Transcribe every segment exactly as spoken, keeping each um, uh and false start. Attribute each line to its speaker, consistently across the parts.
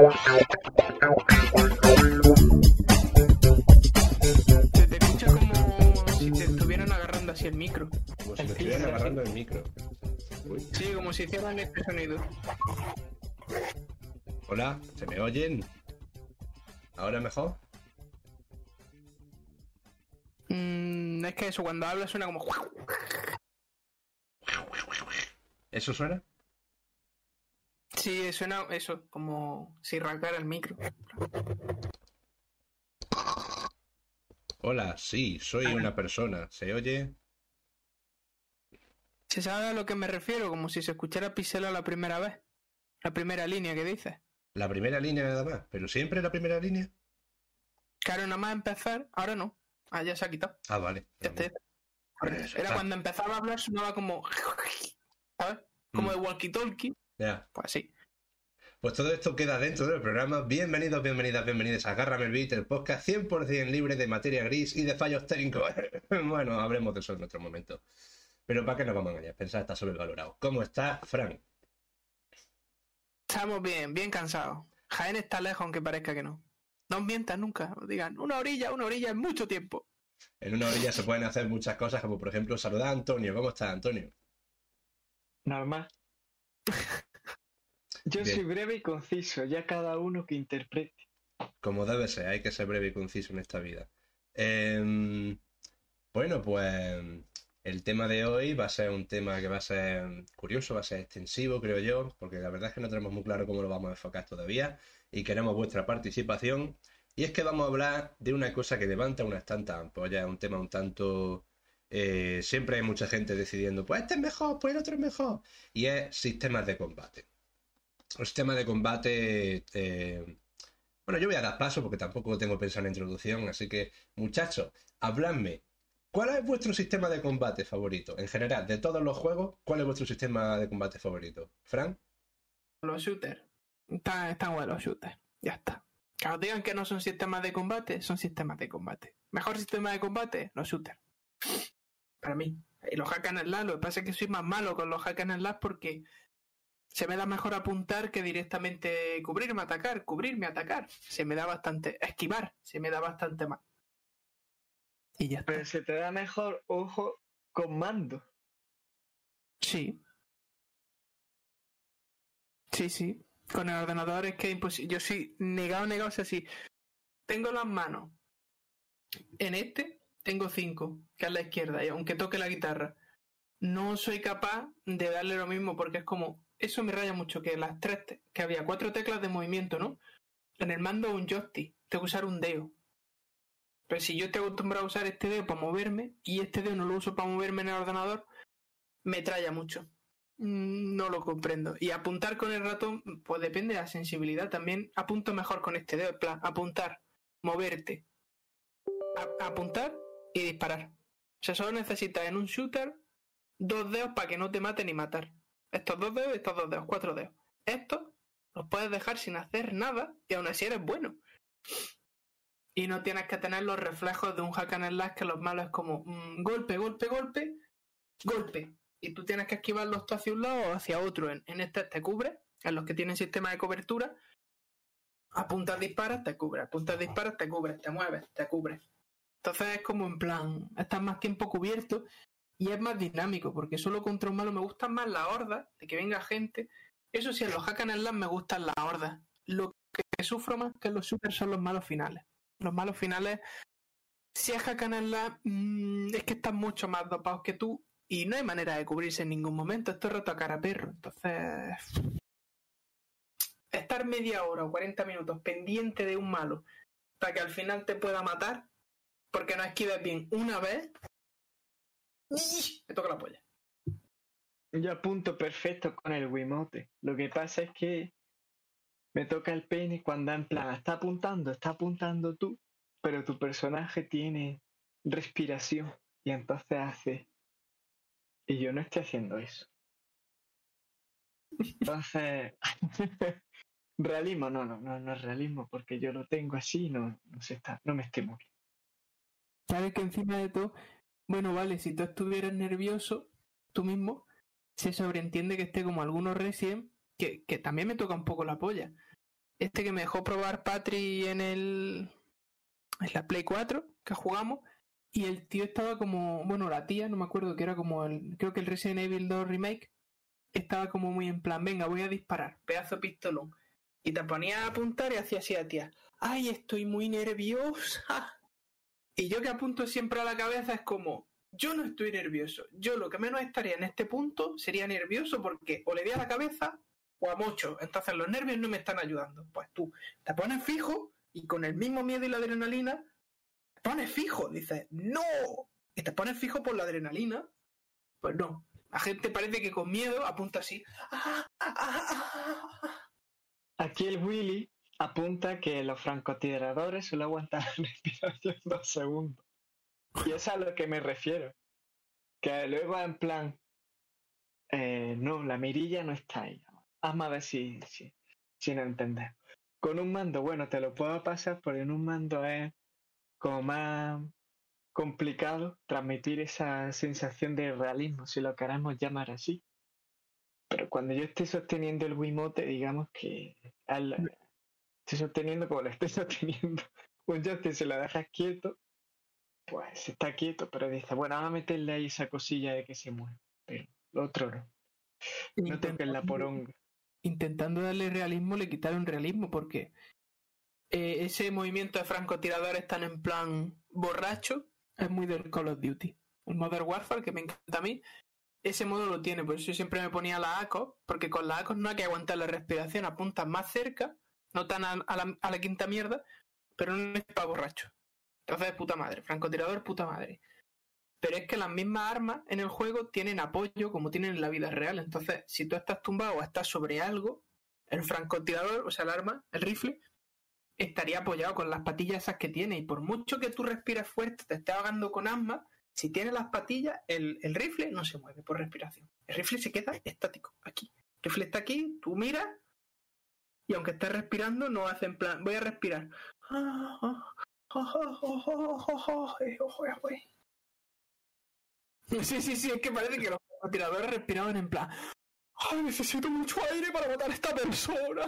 Speaker 1: Se te escucha como si te estuvieran agarrando así el micro.
Speaker 2: Como si me estuvieran agarrando el micro. Uy.
Speaker 1: Sí, como si hicieran este sonido.
Speaker 2: Hola, ¿se me oyen? ¿Ahora mejor?
Speaker 1: Mm, es que eso, cuando hablas suena como...
Speaker 2: ¿Eso suena?
Speaker 1: Sí, suena eso, como si rasgara el micro.
Speaker 2: Hola, sí, soy una persona. ¿Se oye?
Speaker 1: ¿Se sabe a lo que me refiero? Como si se escuchara Pixela la primera vez. La primera línea que dices.
Speaker 2: La primera línea nada más, pero siempre la primera línea.
Speaker 1: Claro, nada más empezar, ahora no. Ah, ya se ha quitado.
Speaker 2: Ah, vale.
Speaker 1: Este.
Speaker 2: Eso
Speaker 1: Era
Speaker 2: está.
Speaker 1: cuando empezaba a hablar sonaba como... ¿Sabes? Como
Speaker 2: Mm.
Speaker 1: de walkie-talkie.
Speaker 2: Ya.
Speaker 1: Pues sí.
Speaker 2: Pues todo esto queda dentro del programa. Bienvenidos, bienvenidas, bienvenidos a Agárrame el Beat, el podcast cien por ciento libre de materia gris y de fallos técnicos. Bueno, hablemos de eso en otro momento. Pero ¿para qué nos vamos a engañar? Pensar está sobrevalorado. ¿Cómo está, Fran?
Speaker 1: Estamos bien, bien cansados. Jaén está lejos, aunque parezca que no. No os mientan nunca. Os digan, una orilla, una orilla es mucho tiempo.
Speaker 2: En una orilla se pueden hacer muchas cosas, como por ejemplo saludar a Antonio. ¿Cómo estás, Antonio?
Speaker 3: Normal. Yo
Speaker 2: Bien.
Speaker 3: soy breve y conciso, ya cada uno que interprete.
Speaker 2: Como debe ser, hay que ser breve y conciso en esta vida. Eh, bueno, pues el tema de hoy va a ser un tema que va a ser curioso, va a ser extensivo, creo yo, porque la verdad es que no tenemos muy claro cómo lo vamos a enfocar todavía y queremos vuestra participación. Y es que vamos a hablar de una cosa que levanta unas tantas ampollas, un tema un tanto... Eh, siempre hay mucha gente decidiendo, pues este es mejor, pues el otro es mejor. Y es sistemas de combate. Los sistemas de combate... Eh, bueno, yo voy a dar paso porque tampoco tengo pensado en la introducción, así que, muchachos, habladme. ¿Cuál es vuestro sistema de combate favorito? En general, de todos los juegos, ¿cuál es vuestro sistema de combate favorito? ¿Fran?
Speaker 1: Los shooters. Están, están buenos los shooters. Ya está. Que os digan que no son sistemas de combate, son sistemas de combate. Mejor sistema de combate, los shooters. Para mí. Y los hack and slash, lo que pasa es que soy más malo con los hack and slash porque se me da mejor apuntar que directamente cubrirme, atacar, cubrirme, atacar. Se me da bastante... Esquivar, se me da bastante mal. Y ya está.
Speaker 3: Pero se te da mejor ojo con mando.
Speaker 1: Sí. Sí, sí. Con el ordenador es que es imposible. Yo soy negado, negado. O sea, si tengo las manos en este, tengo cinco, que es la izquierda, y aunque toque la guitarra, no soy capaz de darle lo mismo porque es como... Eso me raya mucho, que las tres... Te... que había cuatro teclas de movimiento, ¿no? En el mando un joystick, tengo que usar un dedo. Pero si yo estoy acostumbrado a usar este dedo para moverme y este dedo no lo uso para moverme en el ordenador, me traya mucho. No lo comprendo. Y apuntar con el ratón, pues depende de la sensibilidad. También apunto mejor con este dedo. En plan, apuntar, moverte, a- apuntar y disparar. O sea, solo necesitas en un shooter dos dedos para que no te mate ni matar. Estos dos dedos y estos dos dedos, cuatro dedos. Estos los puedes dejar sin hacer nada y aún así eres bueno. Y no tienes que tener los reflejos de un hack and slash, que los malos es como mmm, golpe, golpe, golpe, golpe. Y tú tienes que esquivarlos tú hacia un lado o hacia otro. En, en este te cubre, en los que tienen sistema de cobertura. Apuntas, disparas, te cubre. Apuntas, disparas, te cubre. Te mueves, te cubre. Entonces es como en plan, estás más tiempo cubierto y es más dinámico, porque solo contra un malo me gustan más las hordas, de que venga gente. Eso sí, en los hack and slash me gustan las hordas. Lo que sufro más que en los shooters son los malos finales. Los malos finales, si es hack and slash, mmm, es que están mucho más dopados que tú y no hay manera de cubrirse en ningún momento. Esto es rato a cara perro. Entonces, estar media hora o cuarenta minutos pendiente de un malo para que al final te pueda matar porque no esquives bien una vez, me toca la polla.
Speaker 3: Yo apunto perfecto con el Wiimote. Lo que pasa es que me toca el pene cuando en plan, está apuntando, está apuntando tú, pero tu personaje tiene respiración y entonces hace... Y yo no estoy haciendo eso. Entonces... realismo, no, no, no, no es realismo, porque yo lo tengo así, no, no se está, no me estoy moviendo.
Speaker 1: Sabes que encima de todo, bueno, vale, si tú estuvieras nervioso, tú mismo, se sobreentiende que esté como algunos Resident, que, que también me toca un poco la polla. este que me dejó probar Patri en el en la Play cuatro que jugamos, y el tío estaba como, bueno, la tía, no me acuerdo, que era como el, creo que el Resident Evil dos Remake, estaba como muy en plan, venga, voy a disparar, pedazo de pistolón. Y te ponía a apuntar y hacía así a tía, ay, estoy muy nerviosa. Y yo que apunto siempre a la cabeza es como, yo no estoy nervioso, yo lo que menos estaría en este punto sería nervioso porque o le di a la cabeza o a mocho, entonces los nervios no me están ayudando. Pues tú te pones fijo y con el mismo miedo y la adrenalina te pones fijo, dices, ¡no! Y te pones fijo por la adrenalina. Pues no, la gente parece que con miedo apunta así. ¡Ah, ah, ah, ah!
Speaker 3: Aquí el Willy apunta que los francotiradores solo aguantan la respiración dos segundos. Y es a lo que me refiero. Que luego en plan, eh, no, la mirilla no está ahí. Hazme a ver si, si, si no entender. Con un mando, bueno, te lo puedo pasar, porque en un mando es como más complicado transmitir esa sensación de realismo, si lo queremos llamar así. Pero cuando yo estoy sosteniendo el Wiimote, digamos que al, estoy sosteniendo como lo estoy sosteniendo un joystick, se lo dejas quieto, pues está quieto, pero dice, bueno, vamos a meterle ahí esa cosilla de que se mueve, pero lo otro no. No toques la poronga.
Speaker 1: Intentando darle realismo le quitaron realismo porque eh, ese movimiento de francotiradores tan en plan borracho es muy del Call of Duty. El Modern Warfare, que me encanta a mí, ese modo lo tiene, por eso yo siempre me ponía la A C O, porque con la A C O no hay que aguantar la respiración, apuntas más cerca, no tan a, a, la, a la quinta mierda, pero no es para borracho. Entonces, puta madre, francotirador, puta madre. Pero es que las mismas armas en el juego tienen apoyo como tienen en la vida real. Entonces, si tú estás tumbado o estás sobre algo, el francotirador, o sea, el arma, el rifle, estaría apoyado con las patillas esas que tiene. Y por mucho que tú respires fuerte, te estés ahogando con asma, si tiene las patillas, el, el rifle no se mueve por respiración. El rifle se queda estático, aquí. El rifle está aquí, tú miras, y aunque estés respirando, no hace en plan, voy a respirar. Sí, sí, sí, es que parece que los tiradores respiraban en plan, ¡ay, necesito mucho aire para matar a esta persona!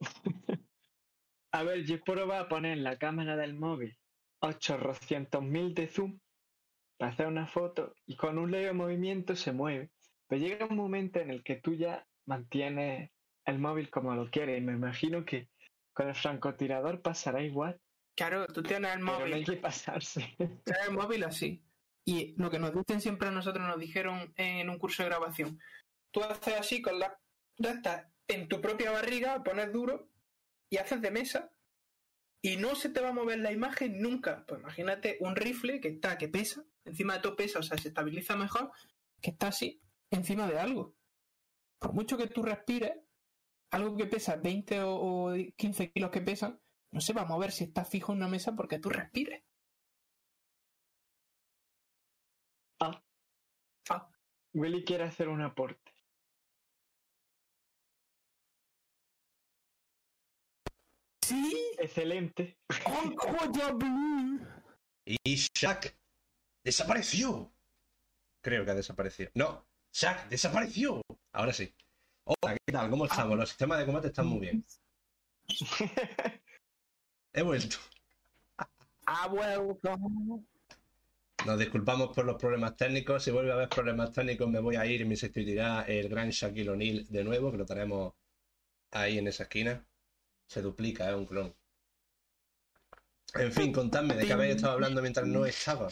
Speaker 3: A ver, yo probaba a poner en la cámara del móvil ochocientos mil de zoom para hacer una foto y con un leve movimiento se mueve. Pero llega un momento en el que tú ya mantienes el móvil como lo quieres y me imagino que con el francotirador pasará igual.
Speaker 1: Claro, tú tienes el móvil.
Speaker 3: Pero no hay que pasarse.
Speaker 1: Tienes el móvil así. Y lo que nos dicen siempre a nosotros, nos dijeron en un curso de grabación, tú haces así con la recta en tu propia barriga, pones duro y haces de mesa y no se te va a mover la imagen nunca. Pues imagínate un rifle que está, que pesa, encima de todo pesa, o sea, se estabiliza mejor, que está así, encima de algo. Por mucho que tú respires, algo que pesa veinte o quince kilos que pesan, no se va a mover si está fijo en una mesa porque tú respires.
Speaker 3: Ah. Ah. Willy quiere hacer un aporte.
Speaker 1: Sí.
Speaker 3: Excelente.
Speaker 1: ¡Oh, joya blue!
Speaker 2: Y Shaq desapareció. Creo que ha desaparecido. No, Shaq desapareció. Ahora sí. Hola, ¿qué tal? ¿Cómo estamos? Los sistemas de combate están muy bien. He vuelto.
Speaker 1: Ha vuelto.
Speaker 2: Nos disculpamos por los problemas técnicos. Si vuelve a haber problemas técnicos, me voy a ir y me sustituirá el gran Shaquille O'Neal de nuevo, que lo tenemos ahí en esa esquina. Se duplica, es ¿eh? Un clon. En fin, contadme de qué habéis estado hablando mientras no estaba.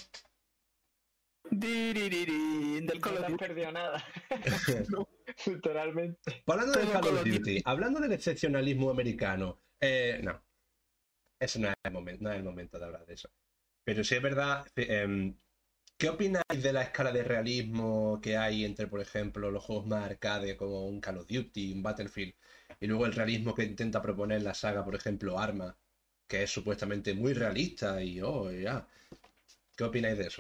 Speaker 1: Del Call of Duty.
Speaker 3: No has perdido nada. No, literalmente.
Speaker 2: Pues hablando del Call of Duty, hablando del excepcionalismo americano, eh, no. Ese no es el momento, no es el momento de hablar de eso. Pero sí es verdad, eh, ¿qué opináis de la escala de realismo que hay entre, por ejemplo, los juegos más arcade como un Call of Duty, un Battlefield, y luego el realismo que intenta proponer la saga, por ejemplo, Arma, que es supuestamente muy realista y oh, ya. ¿Qué opináis de eso?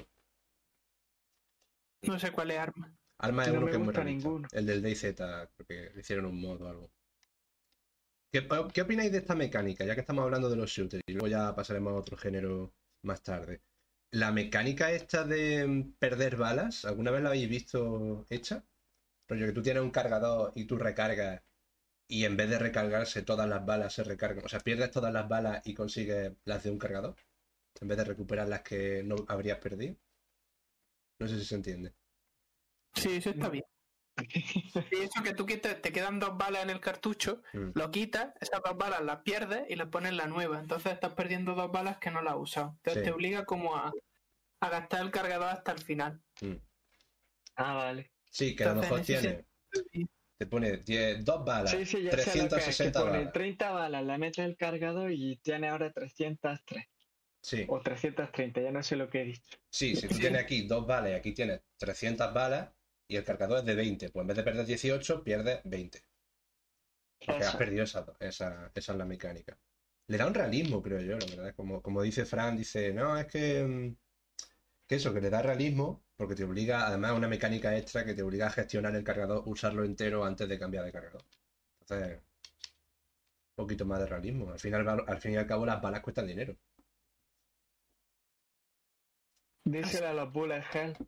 Speaker 1: No sé cuál es Arma.
Speaker 2: Arma es
Speaker 3: no
Speaker 2: uno
Speaker 3: me
Speaker 2: que es muy
Speaker 3: gusta
Speaker 2: realista.
Speaker 3: ninguno.
Speaker 2: El del DayZ, porque le hicieron un modo o algo. ¿Qué, ¿Qué opináis de esta mecánica? Ya que estamos hablando de los shooters y luego ya pasaremos a otro género más tarde. La mecánica esta de perder balas, ¿alguna vez la habéis visto hecha? Rollo que tú tienes un cargador y tú recargas y en vez de recargarse todas las balas se recargan. O sea, pierdes todas las balas y consigues las de un cargador, en vez de recuperar las que no habrías perdido. No sé si se entiende.
Speaker 1: Sí, eso está bien. Y eso que tú quitas, te quedan dos balas en el cartucho,
Speaker 2: Mm.
Speaker 1: lo quitas, esas dos balas las pierdes y le pones la nueva. Entonces estás perdiendo dos balas que no las has usado. Entonces
Speaker 2: Sí.
Speaker 1: te obliga como a, a gastar el cargador hasta el final.
Speaker 2: Mm.
Speaker 3: Ah, vale.
Speaker 2: Sí, que a lo
Speaker 1: Entonces,
Speaker 2: mejor
Speaker 1: en ese
Speaker 2: tiene,
Speaker 1: sentido,
Speaker 2: te pone diez, dos balas,
Speaker 3: Sí, sí, ya sé lo que es, que
Speaker 2: trescientas sesenta
Speaker 3: pone
Speaker 2: balas.
Speaker 3: treinta balas, la metes el cargador y tiene ahora trescientas tres.
Speaker 2: Sí,
Speaker 3: O trescientas treinta, ya no sé lo que he dicho.
Speaker 2: sí, si tú
Speaker 1: Sí.
Speaker 2: tienes aquí dos balas y aquí tienes trescientas balas y el cargador es de veinte, pues en vez de perder dieciocho, pierdes veinte. Porque has
Speaker 3: Eso.
Speaker 2: perdido esa, esa, esa es la mecánica. Le da un realismo, creo yo, la verdad. Como, como dice Fran, dice, no, es que, mm, que eso, que le da realismo, porque te obliga, además, una mecánica extra que te obliga a gestionar el cargador, usarlo entero antes de cambiar de cargador. Entonces, un poquito más de realismo. Al final, al fin y al cabo, las balas cuestan dinero.
Speaker 3: Díselo a los bullet hell.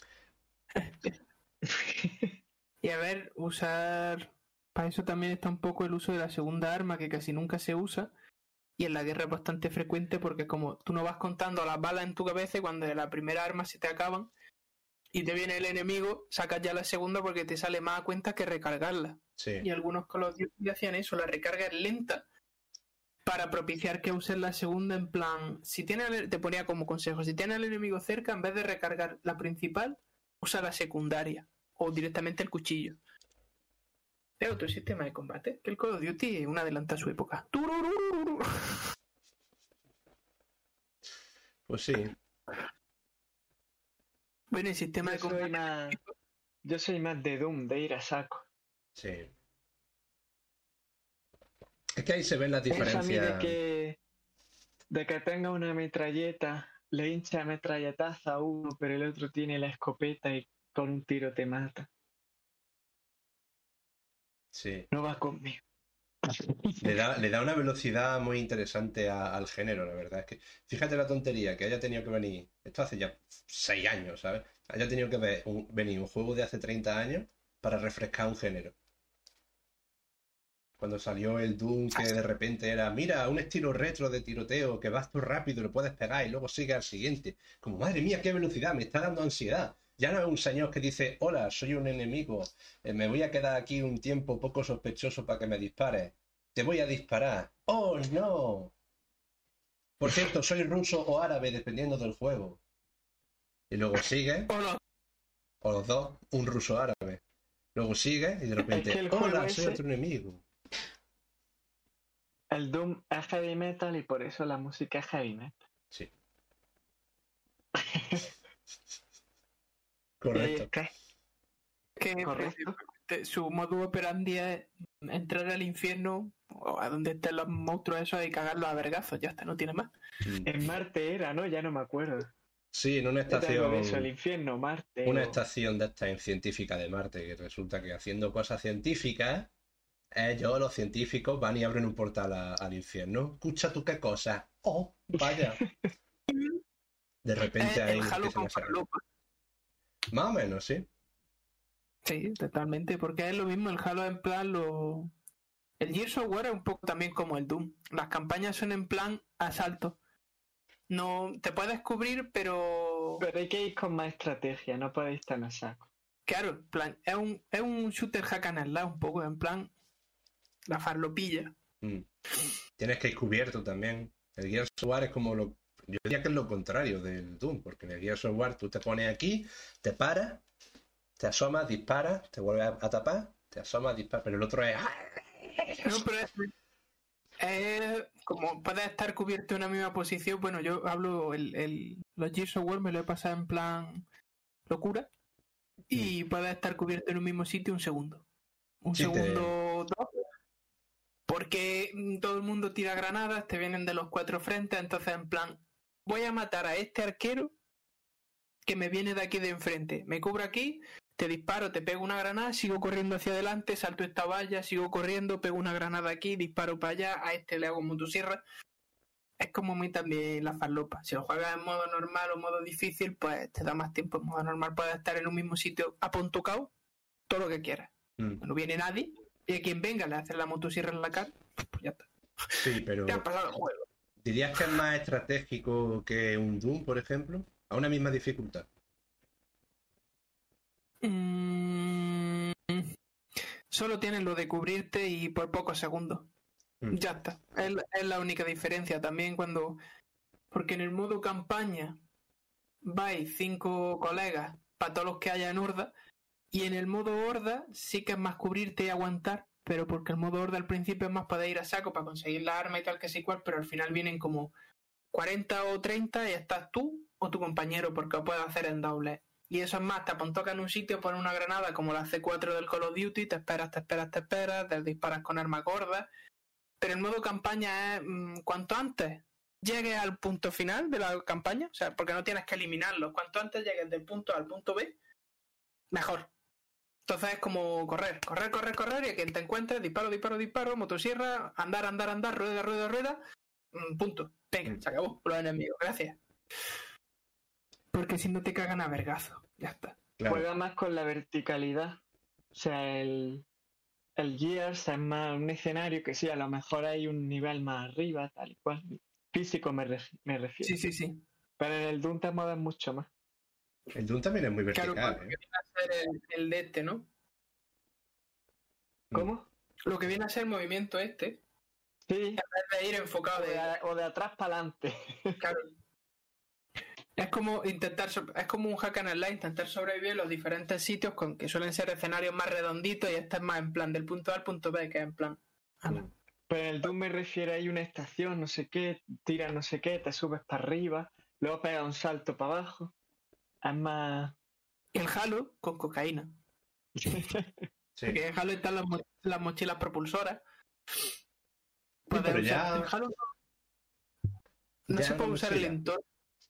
Speaker 1: y a ver, usar... Para eso también está un poco el uso de la segunda arma, que casi nunca se usa. Y en la guerra es bastante frecuente porque como tú no vas contando las balas en tu cabeza y cuando de la primera arma se te acaban y te viene el enemigo, sacas ya la segunda porque te sale más a cuenta que recargarla.
Speaker 2: Sí.
Speaker 1: Y algunos Call of Duty hacían eso, la recarga es lenta para propiciar que uses la segunda en plan, si tiene al- te ponía como consejo, si tiene al enemigo cerca, en vez de recargar la principal, usa la secundaria o directamente el cuchillo. Es otro sistema de combate, que el Call of Duty es un adelanta a su época. Tururururu.
Speaker 2: Pues sí.
Speaker 1: Bueno, el sistema
Speaker 3: Yo
Speaker 1: de combate...
Speaker 3: soy más. Yo soy más de Doom, de ir a saco.
Speaker 2: Sí. Es que ahí se ven las
Speaker 3: Eso a mí de
Speaker 2: diferencias.
Speaker 3: que. De que tenga una metralleta, le hincha metralletazo a uno, pero el otro tiene la escopeta y con un tiro te mata.
Speaker 2: Sí.
Speaker 3: No va conmigo.
Speaker 2: Le da, le da una velocidad muy interesante a- al género, la verdad. Es que, fíjate la tontería, que haya tenido que venir, esto hace ya seis años, ¿sabes? Haya tenido que ver un- venir un juego de hace treinta años para refrescar un género. Cuando salió el Doom, que de repente era, mira, un estilo retro de tiroteo, que vas tú rápido y lo puedes pegar y luego sigue al siguiente. Como, madre mía, qué velocidad, me está dando ansiedad. Ya no es un señor que dice, hola, soy un enemigo, eh, me voy a quedar aquí un tiempo poco sospechoso para que me dispares. Te voy a disparar. ¡Oh, no! Por cierto, soy ruso o árabe, dependiendo del juego. Y luego sigue,
Speaker 1: O no,
Speaker 2: o los dos, un ruso árabe. Luego sigue y de repente,
Speaker 3: Es que el juego
Speaker 2: hola, soy
Speaker 3: ese-
Speaker 2: otro enemigo.
Speaker 3: El Doom es heavy metal y por eso la música es heavy metal.
Speaker 2: Sí,
Speaker 3: Y ahí
Speaker 2: correcto.
Speaker 3: está.
Speaker 1: que
Speaker 3: Correcto.
Speaker 1: eh, su modus operandi es entrar al infierno o a donde estén los monstruos esos y cagarlos a vergazos, ya está, no tiene más.
Speaker 2: Mm.
Speaker 3: En Marte era, ¿no? Ya no me acuerdo.
Speaker 2: Sí, en una
Speaker 3: Era algo de eso, el
Speaker 2: estación,
Speaker 3: infierno, Marte.
Speaker 2: una
Speaker 3: o-
Speaker 2: estación de esta en científica de Marte, que resulta que haciendo cosas científicas, ellos, los científicos, van y abren un portal a- al infierno. Escucha tú qué cosa. Oh, vaya. De repente
Speaker 1: Es
Speaker 2: ahí
Speaker 1: el Halo
Speaker 2: empiezan
Speaker 1: con
Speaker 2: a sacar.
Speaker 1: falopa.
Speaker 2: Más o menos, sí.
Speaker 1: Sí, totalmente, porque es lo mismo el Halo en plan lo... El Gears of War es un poco también como el Doom. Las campañas son en plan asalto. No te puedes cubrir, pero
Speaker 3: Pero hay que ir con más estrategia, no podéis estar a saco.
Speaker 1: claro, en plan, es un, es un shooter hack and slash un poco, en plan la farlopilla.
Speaker 2: Mm. Tienes que ir cubierto también. El Gears of War es como lo... Yo diría que es lo contrario del Doom, porque en el Gears of War tú te pones aquí, te paras, te asomas, disparas, te vuelves a, a tapar, te asomas, disparas, pero el otro es...
Speaker 1: No, pero es, es como puedes estar cubierto en una misma posición. Bueno, yo hablo el, el los Gears of War me lo he pasado en plan locura y puedes estar cubierto en un mismo sitio un segundo. Un
Speaker 2: Sí, te-
Speaker 1: segundo, dos. Porque mm, todo el mundo tira granadas, te vienen de los cuatro frentes, entonces en plan, voy a matar a este arquero que me viene de aquí de enfrente. Me cubro aquí, te disparo, te pego una granada, sigo corriendo hacia adelante, salto esta valla, sigo corriendo, pego una granada aquí, disparo para allá, a este le hago motosierra. Es como muy también la farlopa. Si lo juegas en modo normal o modo difícil, pues te da más tiempo. En modo normal puedes estar en un mismo sitio apontocado todo lo que quieras.
Speaker 2: Mm.
Speaker 1: No viene nadie, Y a quien venga le hace la motosierra en la cara, pues ya está.
Speaker 2: Sí, pero
Speaker 1: Te ha pasado el juego.
Speaker 2: ¿dirías que es más estratégico que un Doom, por ejemplo? A una misma dificultad.
Speaker 1: Mm, solo tienes lo de cubrirte y por pocos segundos.
Speaker 2: Mm.
Speaker 1: Ya está. Es, es la única diferencia también cuando... Porque en el modo campaña vais cinco colegas para todos los que haya en horda, y en el modo horda sí que es más cubrirte y aguantar, pero porque el modo horda al principio es más para ir a saco, para conseguir la arma y tal que sí cual, pero al final vienen como cuarenta o treinta y estás tú o tu compañero, porque lo puedes hacer en doble. Y eso es más, te apuntó en un sitio, pones una granada como la C cuatro del Call of Duty, te esperas, te esperas, te esperas, te disparas con armas gordas. Pero el modo campaña es mmm, cuanto antes llegues al punto final de la campaña, o sea, porque no tienes que eliminarlos, cuanto antes llegues del punto A al punto B, mejor. Entonces es como correr, correr, correr, correr, y a quien te encuentres, disparo, disparo, disparo, motosierra, andar, andar, andar, rueda, rueda, rueda, mmm, punto. Venga, se acabó, los enemigos, gracias. Porque si no te cagan a vergazo, ya está.
Speaker 2: Claro.
Speaker 3: Juega más con la verticalidad. O sea, el, el Gears es más un escenario que sí, a lo mejor hay un nivel más arriba, tal y cual. Físico me, ref, me refiero.
Speaker 1: Sí, sí, sí.
Speaker 3: Pero en el Doom te mueves mucho más.
Speaker 2: El Doom también es muy vertical,
Speaker 1: claro,
Speaker 2: ¿eh?
Speaker 1: Lo que viene a ser el, el de este, ¿no?
Speaker 3: ¿Cómo?
Speaker 1: Lo que viene a ser el movimiento este.
Speaker 3: Sí.
Speaker 1: En vez de ir enfocado
Speaker 3: o de,
Speaker 1: de,
Speaker 3: o de atrás para adelante.
Speaker 1: Claro. Es como intentar, es como un hack and slash, intentar sobrevivir en los diferentes sitios con que suelen ser escenarios más redonditos, y este es más en plan del punto A al punto B, que es en plan.
Speaker 2: Mm.
Speaker 3: Pero en el Doom me refiero, hay una estación, no sé qué, tiras no sé qué, te subes para arriba, luego pegas un salto para abajo. Es más...
Speaker 1: El Halo con cocaína.
Speaker 2: Sí.
Speaker 1: Porque en Halo están las, mo las mochilas propulsoras.
Speaker 2: Sí, pero ya...
Speaker 1: En Halo no, no
Speaker 2: ya
Speaker 1: se puede
Speaker 2: no
Speaker 1: usar
Speaker 2: mochila.
Speaker 1: el entorno.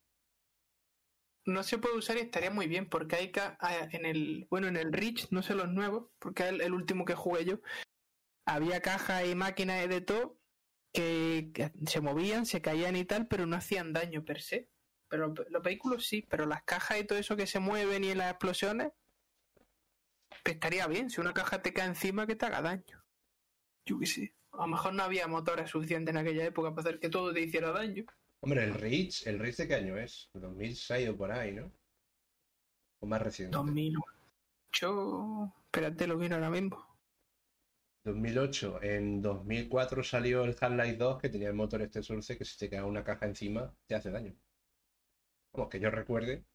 Speaker 1: No se puede usar y estaría muy bien, porque hay en el, bueno, en el Reach, no sé los nuevos, porque es el, el último que jugué yo, había cajas y máquinas de todo que, que se movían, se caían y tal, pero no hacían daño per se. Pero los vehículos sí, pero las cajas y todo eso que se mueven y en las explosiones, pues estaría bien, si una caja te cae encima que te haga daño. Yo qué sé, a lo mejor no había motores suficientes en aquella época para hacer que todo te hiciera daño.
Speaker 2: Hombre, el Reach, ¿el Reach de qué año es? dos mil seis o por ahí, ¿no? O más reciente.
Speaker 1: dos mil ocho... Espérate, lo miro ahora mismo.
Speaker 2: dos mil ocho. En dos mil cuatro salió el Half-Life dos, que tenía el motor este Source, que si te cae una caja encima te hace daño. Vamos, que yo recuerde.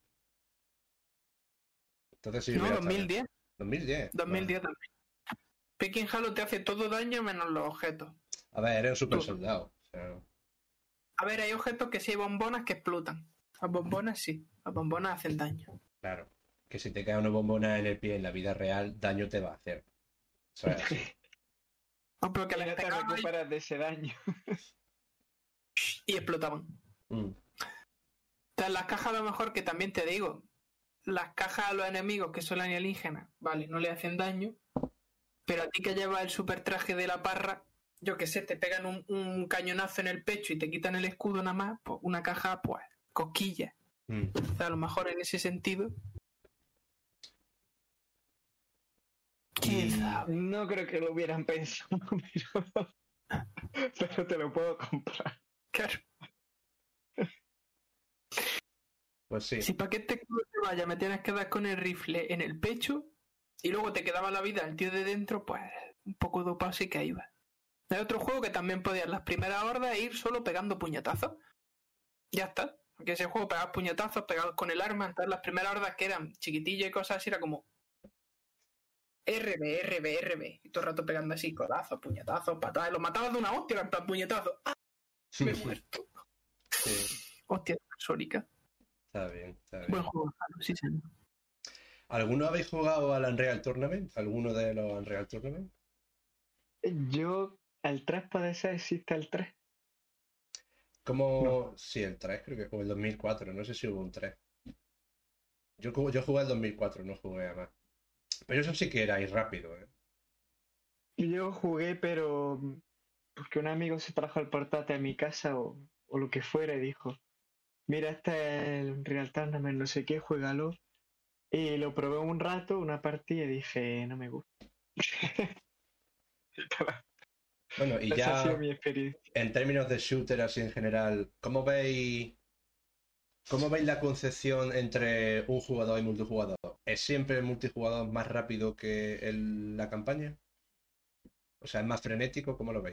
Speaker 2: Entonces sí.
Speaker 1: No, dos mil diez.
Speaker 2: dos mil diez.
Speaker 1: dos mil diez también. Peking Halo te hace todo daño menos los objetos.
Speaker 2: A ver, era un super soldado. O sea...
Speaker 1: A ver, hay objetos que sí hay bombonas que explotan. Las bombonas sí, las bombonas hacen daño.
Speaker 2: Claro, que si te cae una bombona en el pie en la vida real, daño te va a hacer. Eso es así.
Speaker 1: No, pero que
Speaker 3: Y
Speaker 1: les
Speaker 3: no te
Speaker 1: pegaban
Speaker 3: recuperas y... de ese daño.
Speaker 1: Y explotaban.
Speaker 2: Mm.
Speaker 1: Entonces, las cajas, a lo mejor, que también te digo, las cajas a los enemigos que son alienígenas, vale, no le hacen daño, pero a ti que llevas el super traje de la parra, yo que sé, te pegan un, un cañonazo en el pecho y te quitan el escudo nada más, pues una caja, pues, cosquilla.
Speaker 2: Mm.
Speaker 1: O sea, a lo mejor en ese sentido.
Speaker 2: Y...
Speaker 3: No creo que lo hubieran pensado, pero, pero te lo puedo comprar.
Speaker 1: Claro.
Speaker 2: Pues sí.
Speaker 1: Si para que este culo te vaya me tienes que dar con el rifle en el pecho y luego te quedaba la vida el tío de dentro, pues un poco dopado sí que iba. Hay otro juego que también podías las primeras hordas ir solo pegando puñetazos. Ya está. Porque ese juego pegabas puñetazos, pegabas con el arma. Entonces las primeras hordas que eran chiquitillas y cosas así era como R B, R B, R B. Y todo el rato pegando así, codazos, puñetazos, patadas. Los matabas de una hostia, en plan puñetazos. ¡Ah! Me he muerto.
Speaker 2: Sí.
Speaker 1: Hostia, Sónica.
Speaker 2: Está bien, está bien.
Speaker 1: Buen juego, sí, señor.
Speaker 2: ¿Alguno habéis jugado al Unreal Tournament? ¿Alguno de los Unreal Tournament?
Speaker 3: Yo, el tres puede ser, existe el tres.
Speaker 2: Como...
Speaker 3: No.
Speaker 2: Sí, el tres, creo que como el dos mil cuatro, no sé si hubo un tres. Yo, yo jugué el dos mil cuatro, no jugué a más. Pero eso sí que era ir rápido, ¿eh?
Speaker 3: Yo jugué, pero porque un amigo se trajo el portátil a mi casa o, o lo que fuera y dijo, mira, este es el Unreal Tournament, no sé qué, juégalo. Y lo probé un rato, una partida, y dije, no me gusta.
Speaker 2: Bueno, y
Speaker 3: Esa ha sido
Speaker 2: ya
Speaker 3: mi experiencia.
Speaker 2: en términos de shooter así en general, ¿cómo veis, cómo veis la concepción entre un jugador y multijugador? ¿Es siempre el multijugador más rápido que el- la campaña? O sea, ¿es más frenético? ¿Cómo lo veis?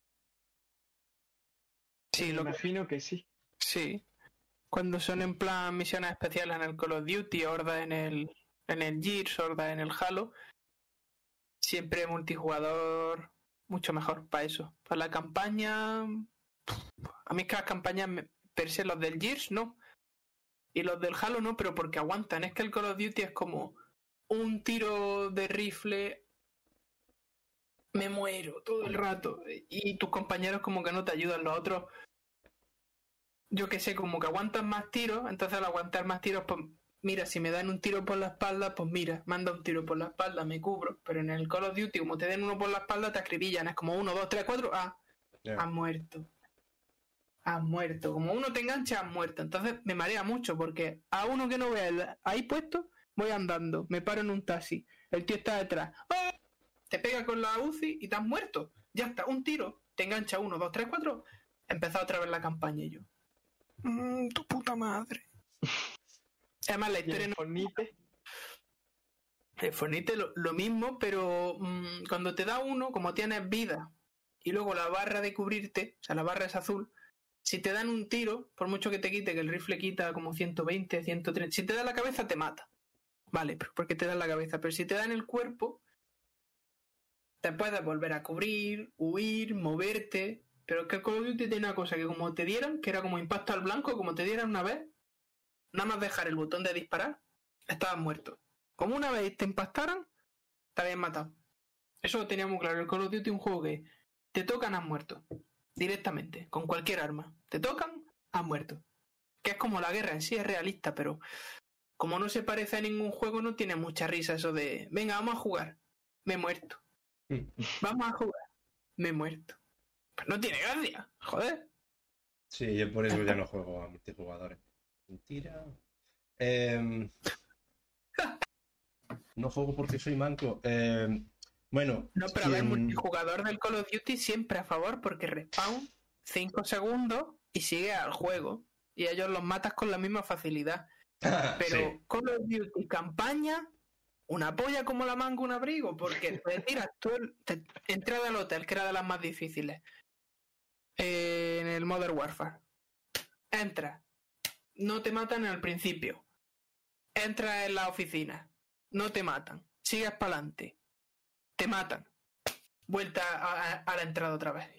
Speaker 1: Sí,
Speaker 3: Me
Speaker 1: lo que-
Speaker 3: imagino que sí.
Speaker 1: sí. Cuando son en plan misiones especiales en el Call of Duty, horda en el, en el Gears, horda en el Halo, siempre multijugador mucho mejor para eso. Para la campaña, a mí es que las campañas, me- per se los del Gears no, y los del Halo no, pero porque aguantan. Es que el Call of Duty es como un tiro de rifle, me muero todo el rato, y tus compañeros como que no te ayudan, los otros, yo que sé, como que aguantan más tiros, entonces al aguantar más tiros, pues mira, si me dan un tiro por la espalda, pues mira, manda un tiro por la espalda, me cubro. Pero en el Call of Duty, como te den uno por la espalda, te acribillan, es como uno, dos, tres, cuatro, ah,
Speaker 2: Ya.
Speaker 1: has muerto. Has muerto. Como uno te engancha, has muerto. Entonces me marea mucho porque a uno que no vea el- ahí puesto, voy andando, me paro en un taxi, el tío está detrás, ¡ah! Te pega con la U C I y te has muerto. Ya está, un tiro, te engancha uno, dos, tres, cuatro, empezó otra vez la campaña y yo. "Mm, tu puta madre. Además, la
Speaker 3: Y
Speaker 1: historia
Speaker 3: en
Speaker 1: no.
Speaker 3: Fornite,
Speaker 1: El Fornite lo, lo mismo, pero mmm, cuando te da uno, como tienes vida y luego la barra de cubrirte, o sea, la barra es azul, si te dan un tiro, por mucho que te quite, que el rifle quita como ciento veinte, ciento treinta, si te da la cabeza te mata. Vale, pero porque te dan la cabeza, pero si te dan el cuerpo, te puedes volver a cubrir, huir, moverte. Pero es que el Call of Duty tiene una cosa que como te dieran, que era como impacto al blanco, como te dieran una vez, nada más dejar el botón de disparar, estabas muerto. Como una vez te impactaran, te habían matado. Eso lo tenía muy claro. El Call of Duty es un juego que te tocan, has muerto. Directamente, con cualquier arma. Te tocan, has muerto. Que es como la guerra en sí, es realista, pero como no se parece a ningún juego, no tiene mucha risa eso de, venga, vamos a jugar. Me he muerto. Vamos a jugar. Me he muerto. Pues no tiene gracia, joder.
Speaker 2: Sí, yo por eso ya no juego a multijugadores. Mentira. Em, no juego porque soy manco. Em, bueno,
Speaker 1: No, pero a ver,
Speaker 2: quien-
Speaker 1: multijugador del Call of Duty siempre a favor porque respawn cinco segundos y sigue al juego. Y ellos los matas con la misma facilidad. Pero
Speaker 2: Sí.
Speaker 1: Call of Duty campaña, una polla como la manga un abrigo, porque te tiras tú el, te, entrada al hotel, que era de las más difíciles. Eh, en el Modern Warfare. Entras. No te matan al principio. Entras en la oficina. No te matan. Sigues para adelante. Te matan. Vuelta a, a, a la entrada otra vez.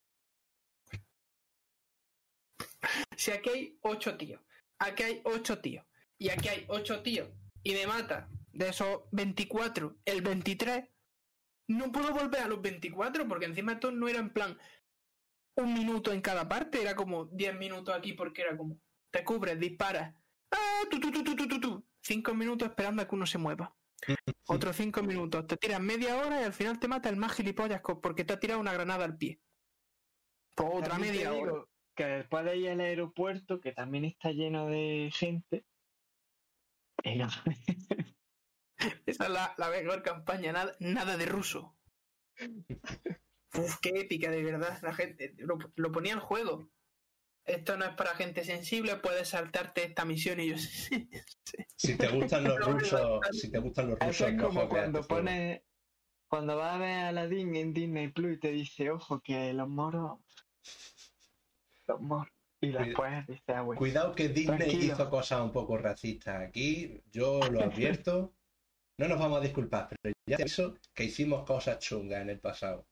Speaker 1: Si aquí hay ocho tíos, aquí hay ocho tíos, y aquí hay ocho tíos, y me mata de esos veinticuatro, el veintitrés, no puedo volver a los veinticuatro, porque encima esto no era en plan un minuto en cada parte, era como diez minutos aquí, porque era como, te cubres, disparas, ¡ah! Tu, tu, tu, tu, tu, tu, tu. cinco minutos esperando a que uno se mueva. Otros cinco minutos, te tiras media hora y al final te mata el más gilipollas porque te ha tirado una granada al pie. Pues otra
Speaker 3: también te
Speaker 1: media hora.
Speaker 3: digo que después de ir al aeropuerto, que también está lleno de gente, era-
Speaker 1: Esa es la, la mejor campaña, nada, nada de ruso. Uf, qué épica, de verdad. La gente lo, lo ponía en juego. Esto no es para gente sensible, puedes saltarte esta misión y yo sí, sí.
Speaker 2: Si te gustan los
Speaker 1: No,
Speaker 2: rusos, si te gustan los
Speaker 3: Eso
Speaker 2: rusos,
Speaker 3: es
Speaker 2: no
Speaker 3: como
Speaker 2: juegues a
Speaker 3: cuando
Speaker 2: este juego.
Speaker 3: pones, cuando vas a ver a Aladdin en Disney Plus y te dice, ojo, que los moros, los moros. Y
Speaker 2: Cuida-
Speaker 3: después dice, ah, bueno,
Speaker 2: Cuidado que Disney
Speaker 3: Tranquilo.
Speaker 2: hizo cosas un poco racistas aquí, yo lo advierto. No nos vamos a disculpar, pero ya te aviso que hicimos cosas chungas en el pasado.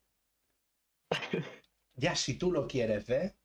Speaker 2: Ya si tú lo quieres ver.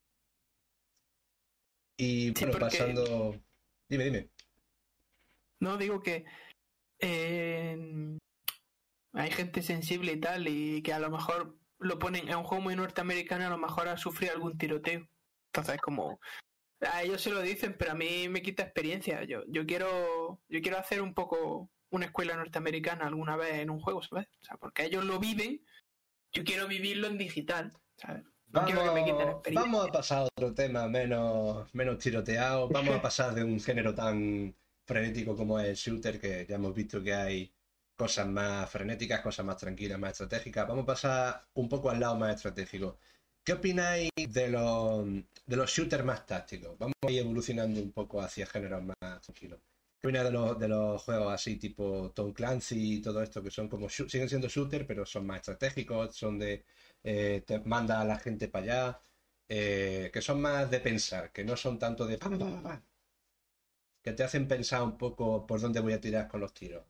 Speaker 2: Y
Speaker 1: Sí,
Speaker 2: bueno,
Speaker 1: porque-
Speaker 2: pasando... Dime, dime.
Speaker 1: No, digo que eh, hay gente sensible y tal, y que a lo mejor lo ponen en un juego muy norteamericano, a lo mejor ha sufrido algún tiroteo. Entonces, como a ellos se lo dicen, pero a mí me quita experiencia. Yo, yo quiero, yo quiero hacer un poco una escuela norteamericana alguna vez en un juego, ¿sabes? O sea, porque ellos lo viven, yo quiero vivirlo en digital, ¿sabes? No quiero que me quiten
Speaker 2: Vamos,
Speaker 1: experiencia.
Speaker 2: vamos a pasar a otro tema menos, menos tiroteado. Vamos a pasar de un género tan frenético como es el shooter, que ya hemos visto que hay cosas más frenéticas, cosas más tranquilas, más estratégicas. Vamos a pasar un poco al lado más estratégico. ¿Qué opináis de los, de los shooters más tácticos? Vamos a ir evolucionando un poco hacia géneros más tranquilos. ¿Qué opináis de los, de los juegos así tipo Tom Clancy y todo esto, que son como, siguen siendo shooters, pero son más estratégicos, son de, eh, te manda a la gente para allá, eh, que son más de pensar, que no son tanto de... que te hacen pensar un poco por dónde voy a tirar con los tiros?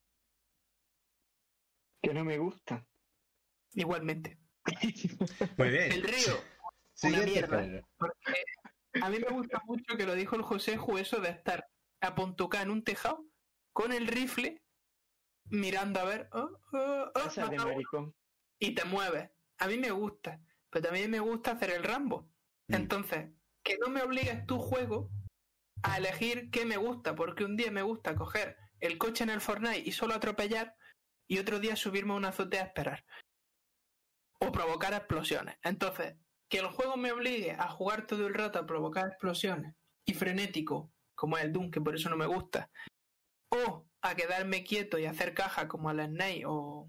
Speaker 3: Que no me gusta.
Speaker 1: Igualmente.
Speaker 2: Muy bien.
Speaker 1: El río. Una mierda. Porque a mí me gusta mucho que lo dijo el Joseju, eso de estar apuntucado en un tejado con el rifle mirando a ver oh, oh, oh,
Speaker 3: Esa de maricón.
Speaker 1: Y te mueves. A mí me gusta, pero también me gusta hacer el Rambo. Mm. Entonces, que no me obligues tu juego a elegir qué me gusta, porque un día me gusta coger el coche en el Fortnite y solo atropellar, y otro día subirme a una azotea a esperar o provocar explosiones. Entonces, que el juego me obligue a jugar todo el rato a provocar explosiones y frenético, como es el Doom, que por eso no me gusta, o a quedarme quieto y hacer caja como el Snake o,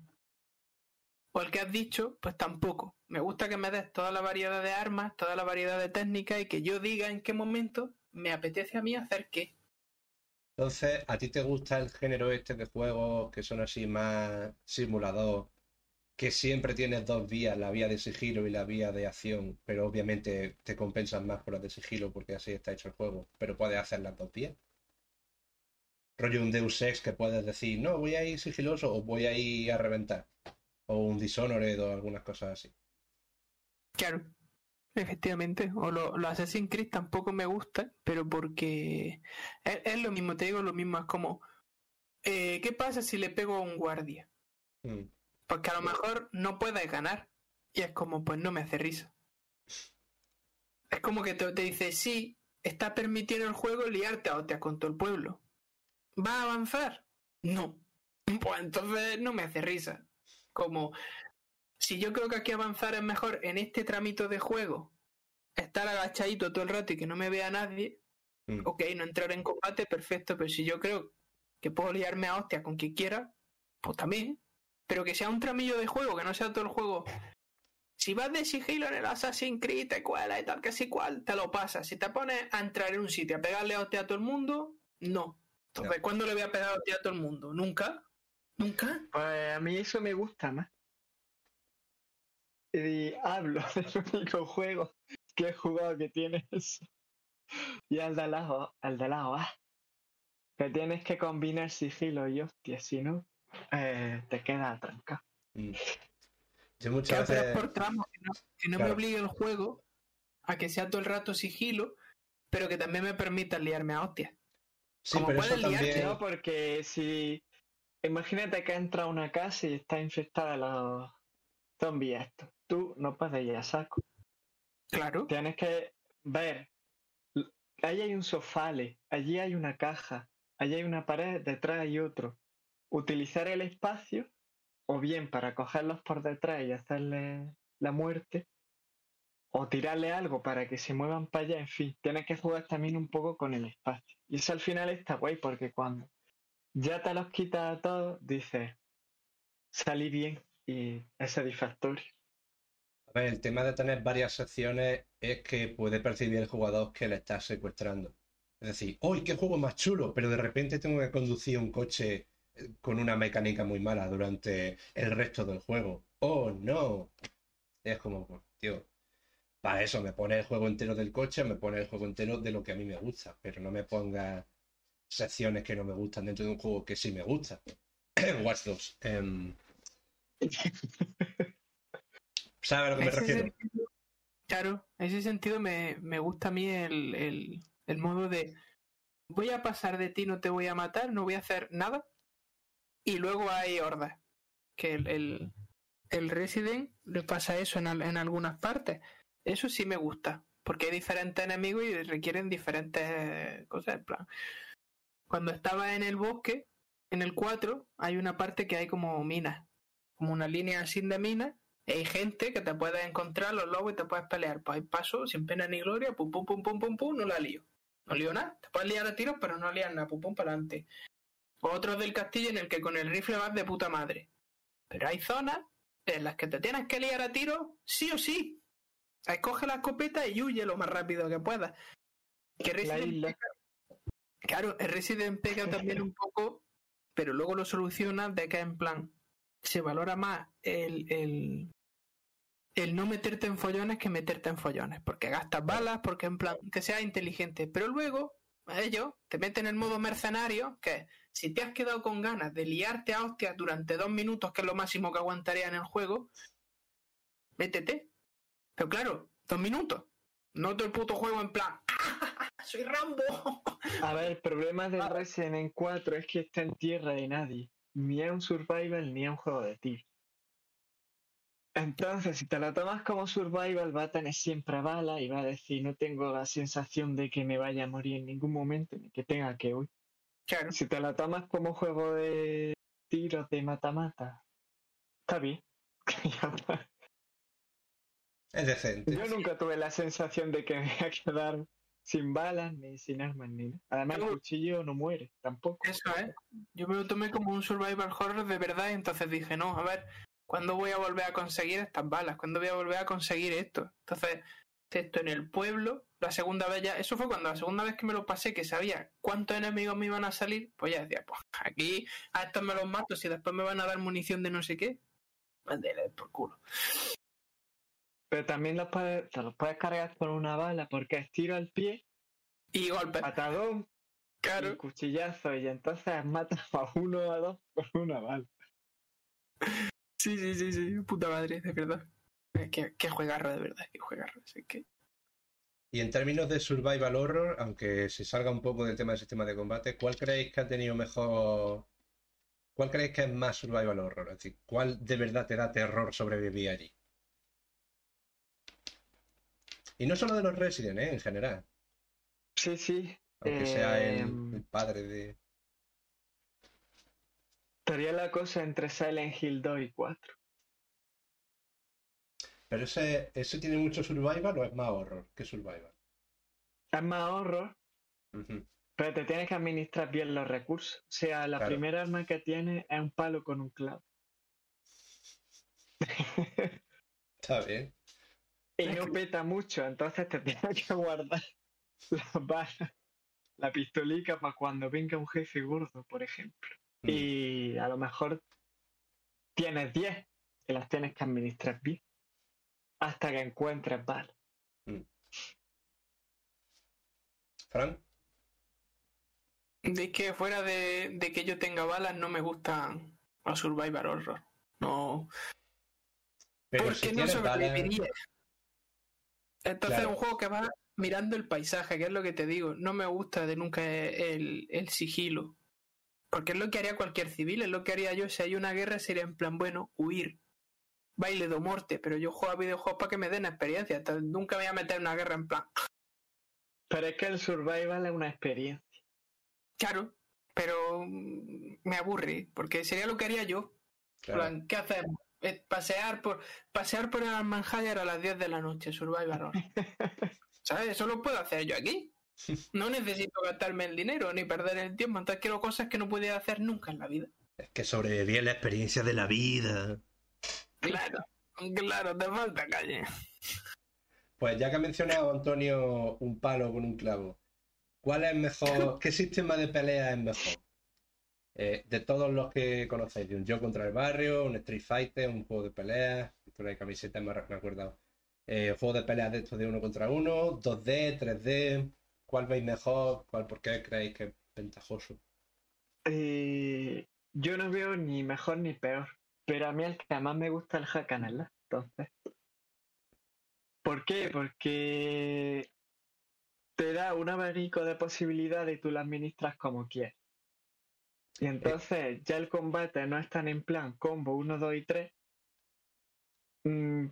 Speaker 1: o el que has dicho, pues tampoco. Me gusta que me des toda la variedad de armas, toda la variedad de técnicas y que yo diga en qué momento me apetece a mí hacer qué.
Speaker 2: Entonces, ¿a ti te gusta el género este de juegos que son así más simulador, que siempre tienes dos vías, la vía de sigilo y la vía de acción, pero obviamente te compensan más por la de sigilo porque así está hecho el juego, pero puedes hacer las dos vías? Rollo un Deus Ex que puedes decir, no, voy a ir sigiloso o voy a ir a reventar, o un Dishonored o algunas cosas así.
Speaker 1: Claro, efectivamente. O los lo Assassin's Creed tampoco me gustan, pero porque es, es lo mismo, te digo lo mismo, es como eh, ¿qué pasa si le pego a un guardia? Mm. Porque a lo mejor no puedes ganar. Y es como, pues no me hace risa. Es como que te, te dice, sí, está permitiendo el juego liarte a hostias con todo el pueblo. ¿Va a avanzar? No. Pues entonces no me hace risa. Como, si yo creo que aquí avanzar es mejor en este trámite de juego, estar agachadito todo el rato y que no me vea nadie, mm. ok, no entrar en combate, perfecto, pero si yo creo que puedo liarme a hostias con quien quiera, pues también. Pero que sea un tramillo de juego, que no sea todo el juego. Si vas de sigilo en el Assassin's Creed, te cuela y tal, que así cual, te lo pasas. Si te pones a entrar en un sitio a pegarle a hostia a todo el mundo, no. Entonces, ¿cuándo le voy a pegar a hostia a todo el mundo? ¿Nunca? ¿Nunca?
Speaker 3: Pues a mí eso me gusta más. Y hablo del único juego que he jugado que tiene eso. Y al de lado, al de lado, ah. Que tienes que combinar sigilo y hostia, si no, eh, te queda atrancado. Mm.
Speaker 2: Yo muchas veces...
Speaker 1: por tramos, que no, que no claro. me obligue el juego a que sea todo el rato sigilo, pero que también me permita liarme a hostias.
Speaker 2: Sí, pero eso también...
Speaker 3: No, porque si... Imagínate que entra a una casa y está infectada de los zombies estos. Tú no puedes ir a saco.
Speaker 1: Claro.
Speaker 3: Tienes que ver. Ahí hay un sofá, allí hay una caja, allí hay una pared, detrás hay otro. Utilizar el espacio, o bien para cogerlos por detrás y hacerle la muerte, o tirarle algo para que se muevan para allá, en fin. Tienes que jugar también un poco con el espacio. Y eso al final está guay, porque cuando ya te los quitas a todos, dices, salí bien y es satisfactorio.
Speaker 2: A ver, el tema de tener varias secciones es que puede percibir el jugador que le estás secuestrando. Es decir, ¡uy, qué juego más chulo! Pero de repente tengo que conducir un coche con una mecánica muy mala durante el resto del juego. ¡Oh, no! Es como, tío, para eso me pone el juego entero del coche, me pone el juego entero de lo que a mí me gusta, pero no me ponga secciones que no me gustan dentro de un juego que sí me gusta. Watch Dogs. Um... ¿Sabes a lo que me refiero?
Speaker 1: Sentido, claro, en ese sentido me, me gusta a mí el, el, el modo de voy a pasar de ti, no te voy a matar, no voy a hacer nada. Y luego hay hordas. Que el, el, el Resident le pasa eso en, en algunas partes. Eso sí me gusta, porque hay diferentes enemigos y requieren diferentes cosas. En plan, cuando estaba en el bosque, en el cuatro, hay una parte que hay como minas, como una línea así de minas. Hay gente que te puedes encontrar los lobos y te puedes pelear. Pues hay paso, sin pena ni gloria, pum, pum, pum, pum, pum, pum, no la lío. No lío nada. Te puedes liar a tiros, pero no lías nada, pum, pum, para adelante. Otros del castillo en el que con el rifle vas de puta madre. Pero hay zonas en las que te tienes que liar a tiro sí o sí. Escoge la escopeta y huye lo más rápido que puedas. Que Resident peca, claro, el Resident peca también un poco, pero luego lo soluciona de que en plan se valora más el, el, el no meterte en follones que meterte en follones, porque gastas balas, porque en plan que seas inteligente, pero luego ellos te meten en el modo mercenario, que si te has quedado con ganas de liarte a hostias durante dos minutos, que es lo máximo que aguantaría en el juego, métete. Pero claro, dos minutos. No todo el puto juego en plan ¡ah, soy Rambo!
Speaker 3: A ver, el problema del Resident cuatro es que está en tierra de nadie. Ni es un survival ni es un juego de tiro. Entonces, si te lo tomas como survival, va a tener siempre balas y va a decir, no tengo la sensación de que me vaya a morir en ningún momento, ni que tenga que huir.
Speaker 1: Claro.
Speaker 3: Si te lo tomas como juego de tiros de mata-mata, está bien.
Speaker 2: Es decente.
Speaker 3: Yo nunca tuve la sensación de que me iba a quedar sin balas, ni sin armas, ni nada. Además, el cuchillo no muere, tampoco.
Speaker 1: Eso es. Yo me lo tomé como un survival horror de verdad y entonces dije, no, a ver, ¿cuándo voy a volver a conseguir estas balas? ¿Cuándo voy a volver a conseguir esto? Entonces, esto en el pueblo, la segunda vez ya, eso fue cuando la segunda vez que me lo pasé, que sabía cuántos enemigos me iban a salir, pues ya decía, pues aquí a estos me los mato, si después me van a dar munición de no sé qué, mándele por culo.
Speaker 3: Pero también los puedes, te los puedes cargar con una bala, porque es tiro al pie
Speaker 1: y golpe,
Speaker 3: patadón,
Speaker 1: claro,
Speaker 3: y cuchillazo, y entonces matas a uno o a dos con una bala.
Speaker 1: Sí, sí, sí, sí, puta madre, de verdad. Qué, qué juegarro, de verdad, qué juegarro. Así que...
Speaker 2: Y en términos de survival horror, aunque se salga un poco del tema del sistema de combate, ¿cuál creéis que ha tenido mejor... ¿Cuál creéis que es más survival horror? Es decir, ¿cuál de verdad te da terror sobrevivir allí? Y no solo de los Resident, ¿eh? En general.
Speaker 3: Sí, sí.
Speaker 2: Aunque
Speaker 3: eh...
Speaker 2: sea el, el padre de...
Speaker 3: Estaría la cosa entre Silent Hill dos y cuatro.
Speaker 2: ¿Pero ese, ese tiene mucho survival o es más horror que survival?
Speaker 3: Es más horror,
Speaker 2: uh-huh.
Speaker 3: Pero te tienes que administrar bien los recursos. O sea, la claro. primera arma que tienes es un palo con un clavo.
Speaker 2: Está bien.
Speaker 3: Y no peta mucho, entonces te tienes que guardar la bala, la pistolica para cuando venga un jefe gordo, por ejemplo. Mm. Y a lo mejor tienes diez y las tienes que administrar bien hasta que encuentres balas.
Speaker 2: Mm. ¿Frank?
Speaker 1: De que fuera de, de que yo tenga balas no me gustan los survival horror. No.
Speaker 2: Pero
Speaker 1: porque
Speaker 2: si
Speaker 1: no sobreviviría.
Speaker 2: Balas...
Speaker 1: Entonces claro. Es un juego que va mirando el paisaje, que es lo que te digo. No me gusta de nunca el, el sigilo. Porque es lo que haría cualquier civil, es lo que haría yo si hay una guerra, sería en plan, bueno, huir. Baile de muerte, pero yo juego a videojuegos para que me den experiencia. Entonces, nunca me voy a meter en una guerra en plan.
Speaker 3: Pero es que el survival es una experiencia.
Speaker 1: Claro, pero me aburre, porque sería lo que haría yo.
Speaker 2: Claro.
Speaker 1: En plan, ¿qué hacemos? Pasear por pasear por el Almanhaller a las diez de la noche, survival. ¿Sabes? Eso lo puedo hacer yo aquí. No necesito gastarme el dinero ni perder el tiempo. Entonces quiero cosas que no pudiera hacer nunca en la vida.
Speaker 2: Es que sobrevivir la experiencia de la vida.
Speaker 1: Claro, claro, te falta calle.
Speaker 2: Pues ya que ha mencionado Antonio un palo con un clavo, ¿cuál es mejor? ¿Qué sistema de pelea es mejor? Eh, de todos los que conocéis, de un Yo contra el barrio, un Street Fighter, un juego de peleas, pistola de camiseta, me he acordado. Eh, juego de peleas de estos de uno contra uno, dos D, tres D, ¿cuál veis mejor? ¿Cuál por qué creéis que es ventajoso?
Speaker 3: Eh, yo no veo ni mejor ni peor, pero a mí el que más me gusta es el hack and slash, entonces. ¿Por qué? Porque te da un abanico de posibilidades y tú lo administras como quieres. Y entonces ya el combate no es tan en plan combo uno, dos y tres. Mm,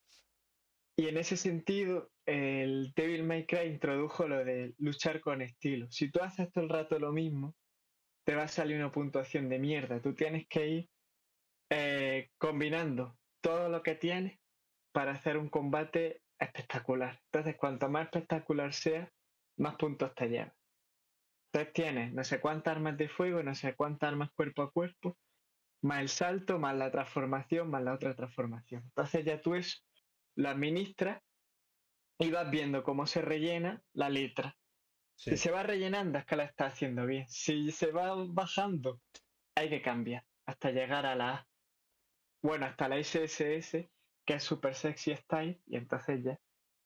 Speaker 3: y en ese sentido, el Devil May Cry introdujo lo de luchar con estilo. Si tú haces todo el rato lo mismo, te va a salir una puntuación de mierda. Tú tienes que ir eh, combinando todo lo que tienes para hacer un combate espectacular. Entonces, cuanto más espectacular sea, más puntos te llevas. Entonces tienes no sé cuántas armas de fuego, no sé cuántas armas cuerpo a cuerpo, más el salto, más la transformación, más la otra transformación. Entonces ya tú eso lo administras y vas viendo cómo se rellena la letra.
Speaker 2: Sí.
Speaker 3: Si se va rellenando es que la está haciendo bien. Si se va bajando, hay que cambiar hasta llegar a la A. Bueno, hasta la S S S, que es Super Sexy Style, y entonces ya.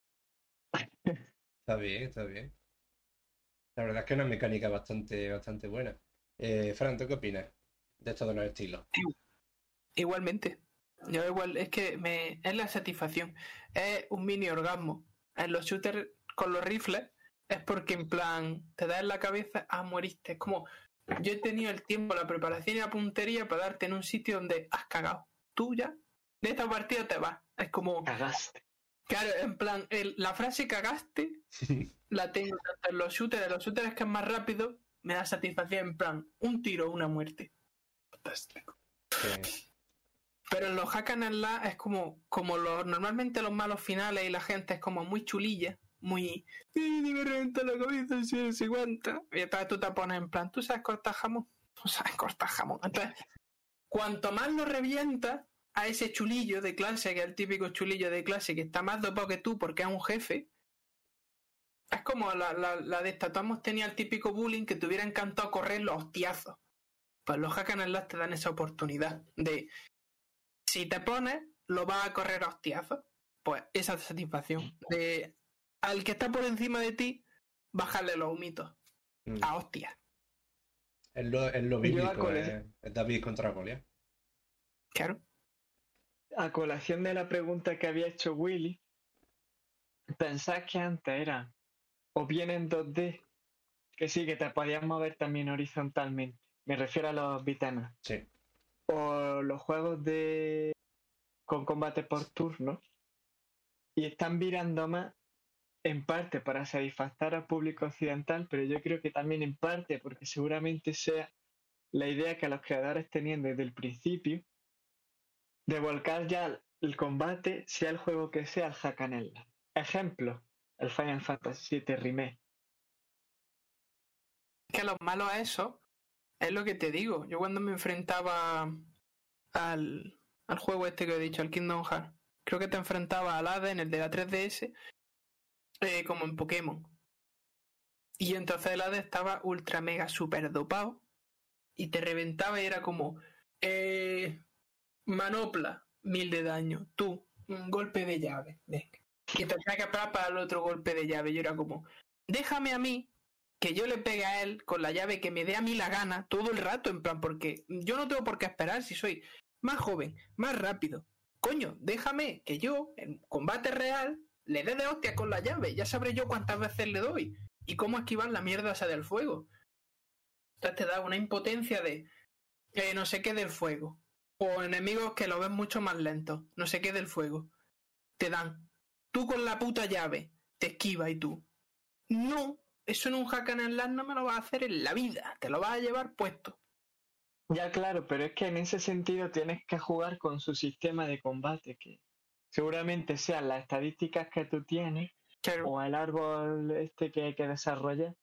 Speaker 2: Está bien, está bien. La verdad es que es una mecánica bastante, bastante buena. Eh, Fran, ¿tú qué opinas de estos dos estilos?
Speaker 1: Igualmente. Yo igual, es que me es la satisfacción. Es un mini orgasmo. En los shooters con los rifles es porque en plan te das en la cabeza, ah, moriste. Es como, yo he tenido el tiempo, la preparación y la puntería para darte en un sitio donde has cagado. Tú ya, de esta partida te vas. Es como,
Speaker 3: Cagaste.
Speaker 1: claro, en plan, el- la frase cagaste la tengo tanto en los shooters, en los shooters que es más rápido, me da satisfacción en plan, un tiro, una muerte. Fantástico.
Speaker 2: Sí.
Speaker 1: Pero en los hack and slash es como, como los, normalmente los malos finales y la gente es como muy chulilla, muy, ¡eh, me reventa la cabeza, si no sé cuánta! Y entonces tú te pones en plan, ¿tú sabes cortar jamón? ¿Tú sabes cortar jamón? Entonces, cuanto más lo revientas a ese chulillo de clase, que es el típico chulillo de clase que está más dopado que tú porque es un jefe, es como la, la, la de esta, todos hemos tenido el típico bullying que te hubiera encantado correr los hostiazos. Pues los hack and slash te dan esa oportunidad de, si te pones, lo vas a correr a hostiazos. Pues esa satisfacción de al que está por encima de ti, bajarle los humitos
Speaker 2: Mm.
Speaker 1: a hostias.
Speaker 2: Es lo, es lo
Speaker 3: Yo a
Speaker 2: bíblico,
Speaker 3: cole-
Speaker 2: es, es David contra Goliat.
Speaker 1: Claro.
Speaker 3: A colación de la pregunta que había hecho Willy, pensás que antes era o bien en dos D, que sí, que te podías mover también horizontalmente. Me refiero a los beat'em up.
Speaker 2: Sí.
Speaker 3: O los juegos de con combate por turno. Y están virando más en parte para satisfacer al público occidental, pero yo creo que también en parte porque seguramente sea la idea que los creadores tenían desde el principio de volcar ya el combate, sea el juego que sea, al hack and slash. Ejemplo, el Final Fantasy siete Remake.
Speaker 1: Que los malos a eso es lo que te digo. Yo cuando me enfrentaba al, al juego este que he dicho, al Kingdom Hearts, creo que te enfrentaba al Hades en el de la tres D S, eh, como en Pokémon. Y entonces el Hades estaba ultra mega super dopado y te reventaba y era como, eh, manopla, mil de daño, tú, un golpe de llave, venga. Y te tenía que esperar para el otro golpe de llave. Yo era como, déjame a mí que yo le pegue a él con la llave que me dé a mí la gana todo el rato, en plan, porque yo no tengo por qué esperar si soy más joven, más rápido. Coño, déjame que yo, en combate real, le dé de hostia con la llave. Ya sabré yo cuántas veces le doy y cómo esquivar la mierda esa del fuego. Entonces te da una impotencia de eh, no sé qué del fuego. O enemigos que lo ven mucho más lentos, no sé qué del fuego. Te dan. Tú con la puta llave te esquiva y tú. No, eso en un hack and slash no me lo vas a hacer en la vida. Te lo vas a llevar puesto.
Speaker 3: Ya claro, pero es que en ese sentido tienes que jugar con su sistema de combate, que seguramente sean las estadísticas que tú tienes
Speaker 1: Claro.
Speaker 3: o el árbol este que hay que desarrollar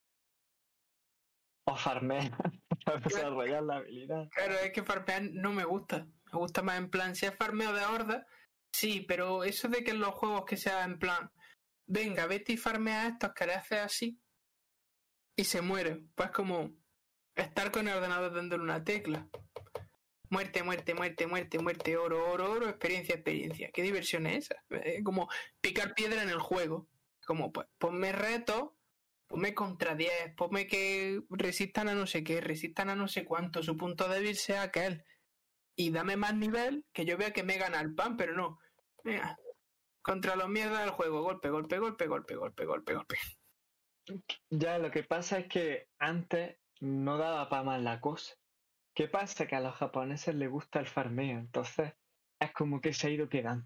Speaker 3: o farmear para desarrollar la habilidad.
Speaker 1: Claro, es que farmear no me gusta. Me gusta más en plan, si es farmeo de horda, sí, pero eso de que en los juegos que sea en plan, venga, vete y farmea a estos que le haces así y se muere. Pues como estar con el ordenador dándole una tecla. Muerte, muerte, muerte, muerte, muerte, oro, oro, oro, experiencia, experiencia. ¿Qué diversión es esa? Es como picar piedra en el juego. Como, pues, ponme reto, ponme contra diez, ponme que resistan a no sé qué, resistan a no sé cuánto, su punto débil sea aquel. Y dame más nivel, que yo vea que me gana el pan, pero no. Mira, contra los mierdas del juego, golpe, golpe, golpe, golpe, golpe, golpe, golpe.
Speaker 3: Ya, lo que pasa es que antes no daba para más la cosa. ¿Qué pasa? Que a los japoneses les gusta el farmeo, entonces es como que se ha ido quedando.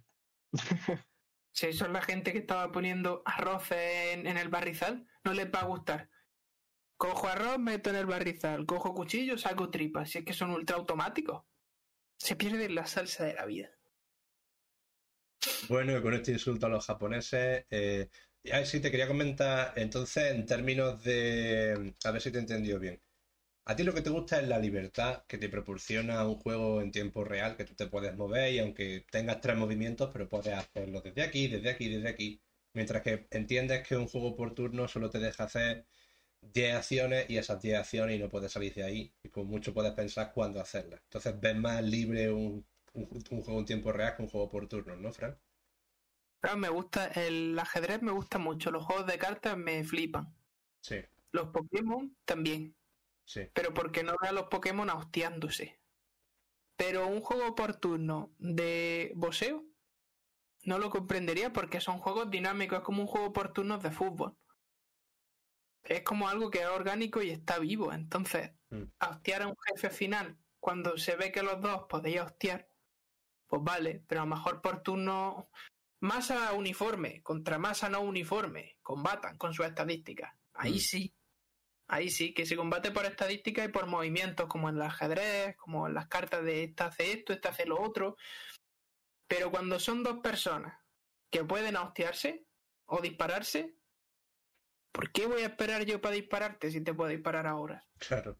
Speaker 1: Si eso es la gente que estaba poniendo arroz en, en el barrizal, no les va a gustar. Cojo arroz, meto en el barrizal, cojo cuchillo, saco tripas. Si es que son ultra automáticos. Se pierde la salsa de la vida.
Speaker 2: Bueno, y con este insulto a los japoneses, eh, Ah, sí, te quería comentar, entonces, en términos de... A ver si te he entendido bien. A ti lo que te gusta es la libertad que te proporciona un juego en tiempo real, que tú te puedes mover y aunque tengas tres movimientos, pero puedes hacerlo desde aquí, desde aquí, desde aquí. Mientras que entiendes que un juego por turno solo te deja hacer diez acciones y esas diez acciones y no puedes salir de ahí y con mucho puedes pensar cuándo hacerlas. Entonces ves más libre un, un, un juego en tiempo real que un juego por turno, ¿no, Fran?
Speaker 1: Claro, me gusta, el ajedrez me gusta mucho, los juegos de cartas me flipan.
Speaker 2: Sí,
Speaker 1: Los Pokémon también,
Speaker 2: sí.
Speaker 1: pero porque no veo a los Pokémon hostiándose. Pero un juego por turno de boxeo no lo comprendería porque son juegos dinámicos, es como un juego por turnos de fútbol. Es como algo que es orgánico y está vivo. Entonces,
Speaker 2: Mm.
Speaker 1: hostiar a un jefe final cuando se ve que los dos podéis hostiar, pues vale, pero a lo mejor por turno masa uniforme contra masa no uniforme combatan con sus estadísticas. Ahí
Speaker 2: Mm.
Speaker 1: sí, ahí sí, que se combate por estadísticas y por movimientos, como en el ajedrez, como en las cartas de esta hace esto, esta hace lo otro. Pero cuando son dos personas que pueden hostiarse o dispararse, ¿por qué voy a esperar yo para dispararte si te puedo disparar ahora?
Speaker 2: Claro.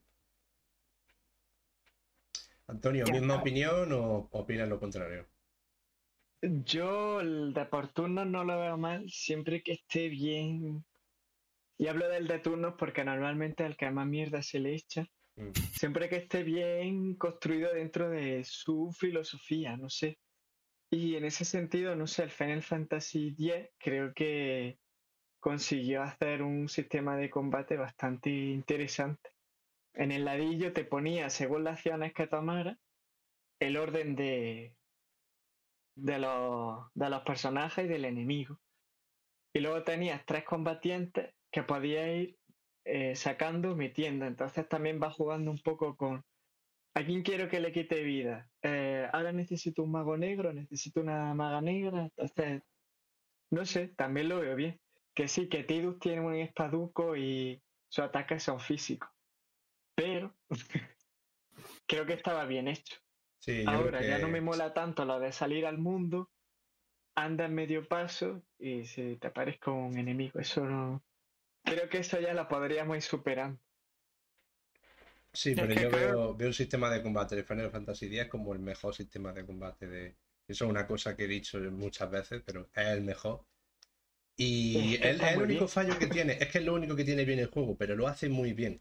Speaker 2: Antonio,
Speaker 1: Ya
Speaker 2: ¿misma
Speaker 1: está.
Speaker 2: opinión o opinas lo contrario?
Speaker 3: Yo el de por turnos no lo veo mal, siempre que esté bien. Y hablo del de turnos porque normalmente al que más mierda se le echa,
Speaker 2: Mm.
Speaker 3: siempre que esté bien construido dentro de su filosofía, no sé. Y en ese sentido, no sé, el Final Fantasy X creo que consiguió hacer un sistema de combate bastante interesante. En el ladillo te ponía, según las acciones que tomaras, el orden de, de, los, de los personajes y del enemigo. Y luego tenías tres combatientes que podías ir eh, sacando, metiendo. Entonces también vas jugando un poco con ¿a quién quiero que le quite vida? Eh, ahora necesito un mago negro, necesito una maga negra. Entonces, no sé, también lo veo bien. Que sí, que Tidus tiene un espaduco y sus ataques son físicos. Pero creo que estaba bien hecho.
Speaker 2: Sí, yo creo
Speaker 3: Ahora ya no me
Speaker 2: que
Speaker 3: mola tanto lo de salir al mundo, anda en medio paso y se te aparezca un enemigo. Eso no. Creo que eso ya lo podríamos ir superando.
Speaker 2: sí,
Speaker 1: Es
Speaker 2: pero
Speaker 1: que
Speaker 2: yo
Speaker 1: creo,
Speaker 2: veo, veo el sistema de combate de Final Fantasy X como el mejor sistema de combate de... Eso es una cosa que he dicho muchas veces, pero es el mejor. Y
Speaker 3: Es que
Speaker 2: es,
Speaker 3: está
Speaker 2: es el
Speaker 3: muy
Speaker 2: único
Speaker 3: bien.
Speaker 2: fallo que tiene, es que es lo único que tiene bien el juego, pero lo hace muy bien.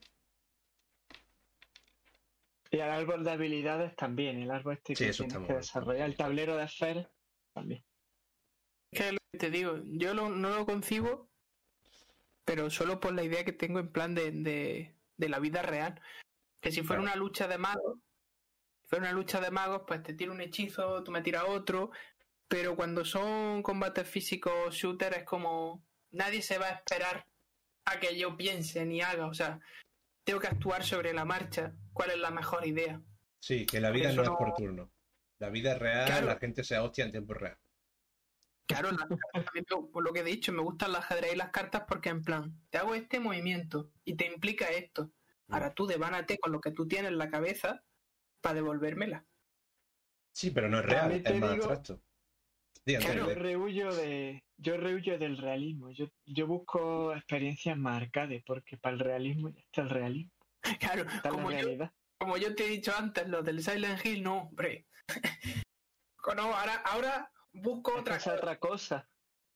Speaker 3: Y el árbol de habilidades también, el árbol este
Speaker 2: Sí,
Speaker 3: que
Speaker 2: eso está
Speaker 3: tienes
Speaker 2: muy
Speaker 3: que
Speaker 2: bueno.
Speaker 3: desarrollar, el tablero de esferas también.
Speaker 1: es que lo que te digo, yo lo- no lo concibo, pero solo por la idea que tengo en plan de, de, de la vida real. Que si fuera
Speaker 2: Claro.
Speaker 1: una lucha de magos, si fuera una lucha de magos, pues te tira un hechizo, tú me tiras otro, pero cuando son combates físicos shooter es como nadie se va a esperar a que yo piense ni haga, o sea, tengo que actuar sobre la marcha, cuál es la mejor idea.
Speaker 2: Sí, que la
Speaker 1: Porque
Speaker 2: vida
Speaker 1: eso
Speaker 2: no es
Speaker 1: no,
Speaker 2: por turno. La vida es real, la
Speaker 1: claro,
Speaker 2: gente se hostia en tiempo real.
Speaker 1: claro, las cartas también, me- por lo que he dicho, me gustan las ajedrez y las cartas porque en plan, te hago este movimiento y te implica esto.
Speaker 2: Mm.
Speaker 1: Ahora tú devánate con lo que tú tienes en la cabeza para devolvérmela.
Speaker 2: Sí, pero no es real,
Speaker 3: También
Speaker 2: es
Speaker 3: te
Speaker 2: más
Speaker 3: digo,
Speaker 2: abstracto. Di, Antonio,
Speaker 1: Claro,
Speaker 3: yo
Speaker 2: di.
Speaker 3: rehuyo de, yo rehuyo del realismo. Yo, yo busco experiencias más arcade, porque para el realismo ya está el realismo,
Speaker 1: claro,
Speaker 3: está la
Speaker 1: como yo,
Speaker 3: realidad.
Speaker 1: como yo te he dicho antes, lo del Silent Hill, no, hombre. No, ahora, ahora busco
Speaker 3: Es que
Speaker 1: otra
Speaker 3: esa
Speaker 1: cosa.
Speaker 3: otra cosa,